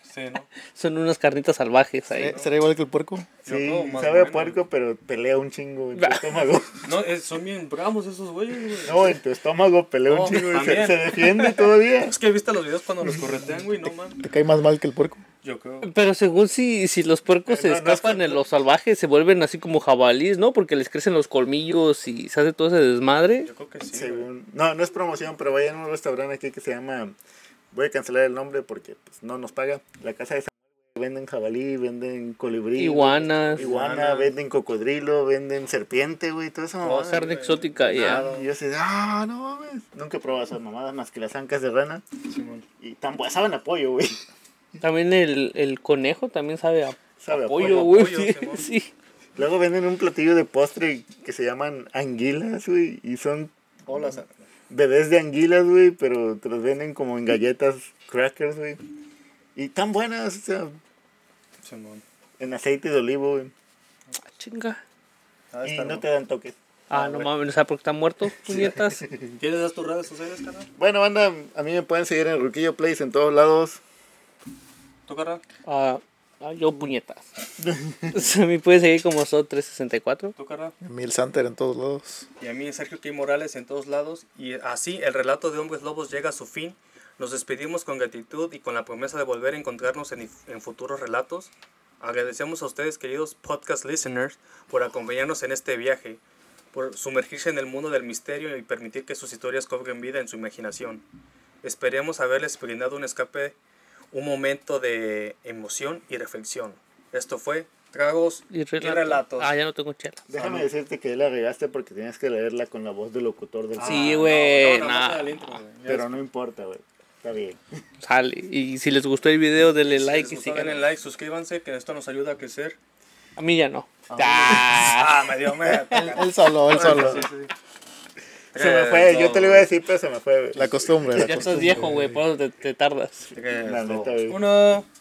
Sí, ¿no? Son unas carnitas salvajes ahí. ¿Será igual que el puerco? Yo Sí, creo más sabe a bueno. puerco, pero pelea un chingo en tu estómago. No, son bien bravos esos güeyes, güey. No, en tu estómago pelea un No, chingo y también. se defiende todavía. Es que viste los videos cuando los corretean, güey, no man. ¿Te cae más mal que el puerco? Yo creo. Pero según si los puercos se No, no escapan en los salvajes, se vuelven así como jabalíes, ¿no? Porque les crecen los colmillos y se hace todo ese desmadre. Yo creo que sí. Según, no es promoción, pero vayan a un restaurante aquí que se llama, voy a cancelar el nombre porque pues, no nos paga, la casa de Samuel. Venden jabalí, venden colibrí, Iguanas. iguana, venden cocodrilo, venden serpiente, güey, todo eso. Oh, carne exótica, ya. Y yo así, no mames. Nunca he probado esas mamadas más que las ancas de rana. Simón. Y tan buenas, saben a pollo, güey. También el conejo también sabe a Sabe a pollo, pollo. güey. pollo, Sí, Simón. sí. Luego venden un platillo de postre que se llaman anguilas, güey. Y son Hola, bebés de anguilas, güey, pero te los venden como en galletas crackers, güey. Y tan buenas, o sea, Simón. en aceite de olivo, güey. Chinga. Y no te dan toques. No mames, ¿sabes por qué están muertos, puñetas? ¿Quieres dar tus redes sociales, carnal? Bueno, banda, a mí me pueden seguir en Ruquillo Place en todos lados. ¿Tú, carnal? Yo puñetas. A mí puedes seguir como So364. ¿Tú, carnal? Emil Santer en todos lados. Y a mí, Sergio K. Morales en todos lados. Y así el relato de Hombres Lobos llega a su fin. Nos despedimos con gratitud y con la promesa de volver a encontrarnos en futuros relatos. Agradecemos a ustedes, queridos podcast listeners, por acompañarnos en este viaje, por sumergirse en el mundo del misterio y permitir que sus historias cobren vida en su imaginación. Esperemos haberles brindado un escape, un momento de emoción y reflexión. Esto fue Tragos y Relatos. Ya no tengo chela. Déjame decirte que la regaste porque tenías que leerla con la voz del locutor del Sí, güey, no, nah. más al intro, güey. Pero no importa, güey. Está bien. Sale. Y si les gustó el video, denle like Si y les gustó, sigan. denle like, suscríbanse, que esto nos ayuda a crecer. A mí ya no. Me dio Él solo. Sí. Se me fue, yo te lo iba a decir, pero se me fue, güey. La costumbre, Ya estás viejo, güey, por eso te tardas. La neta, güey. 1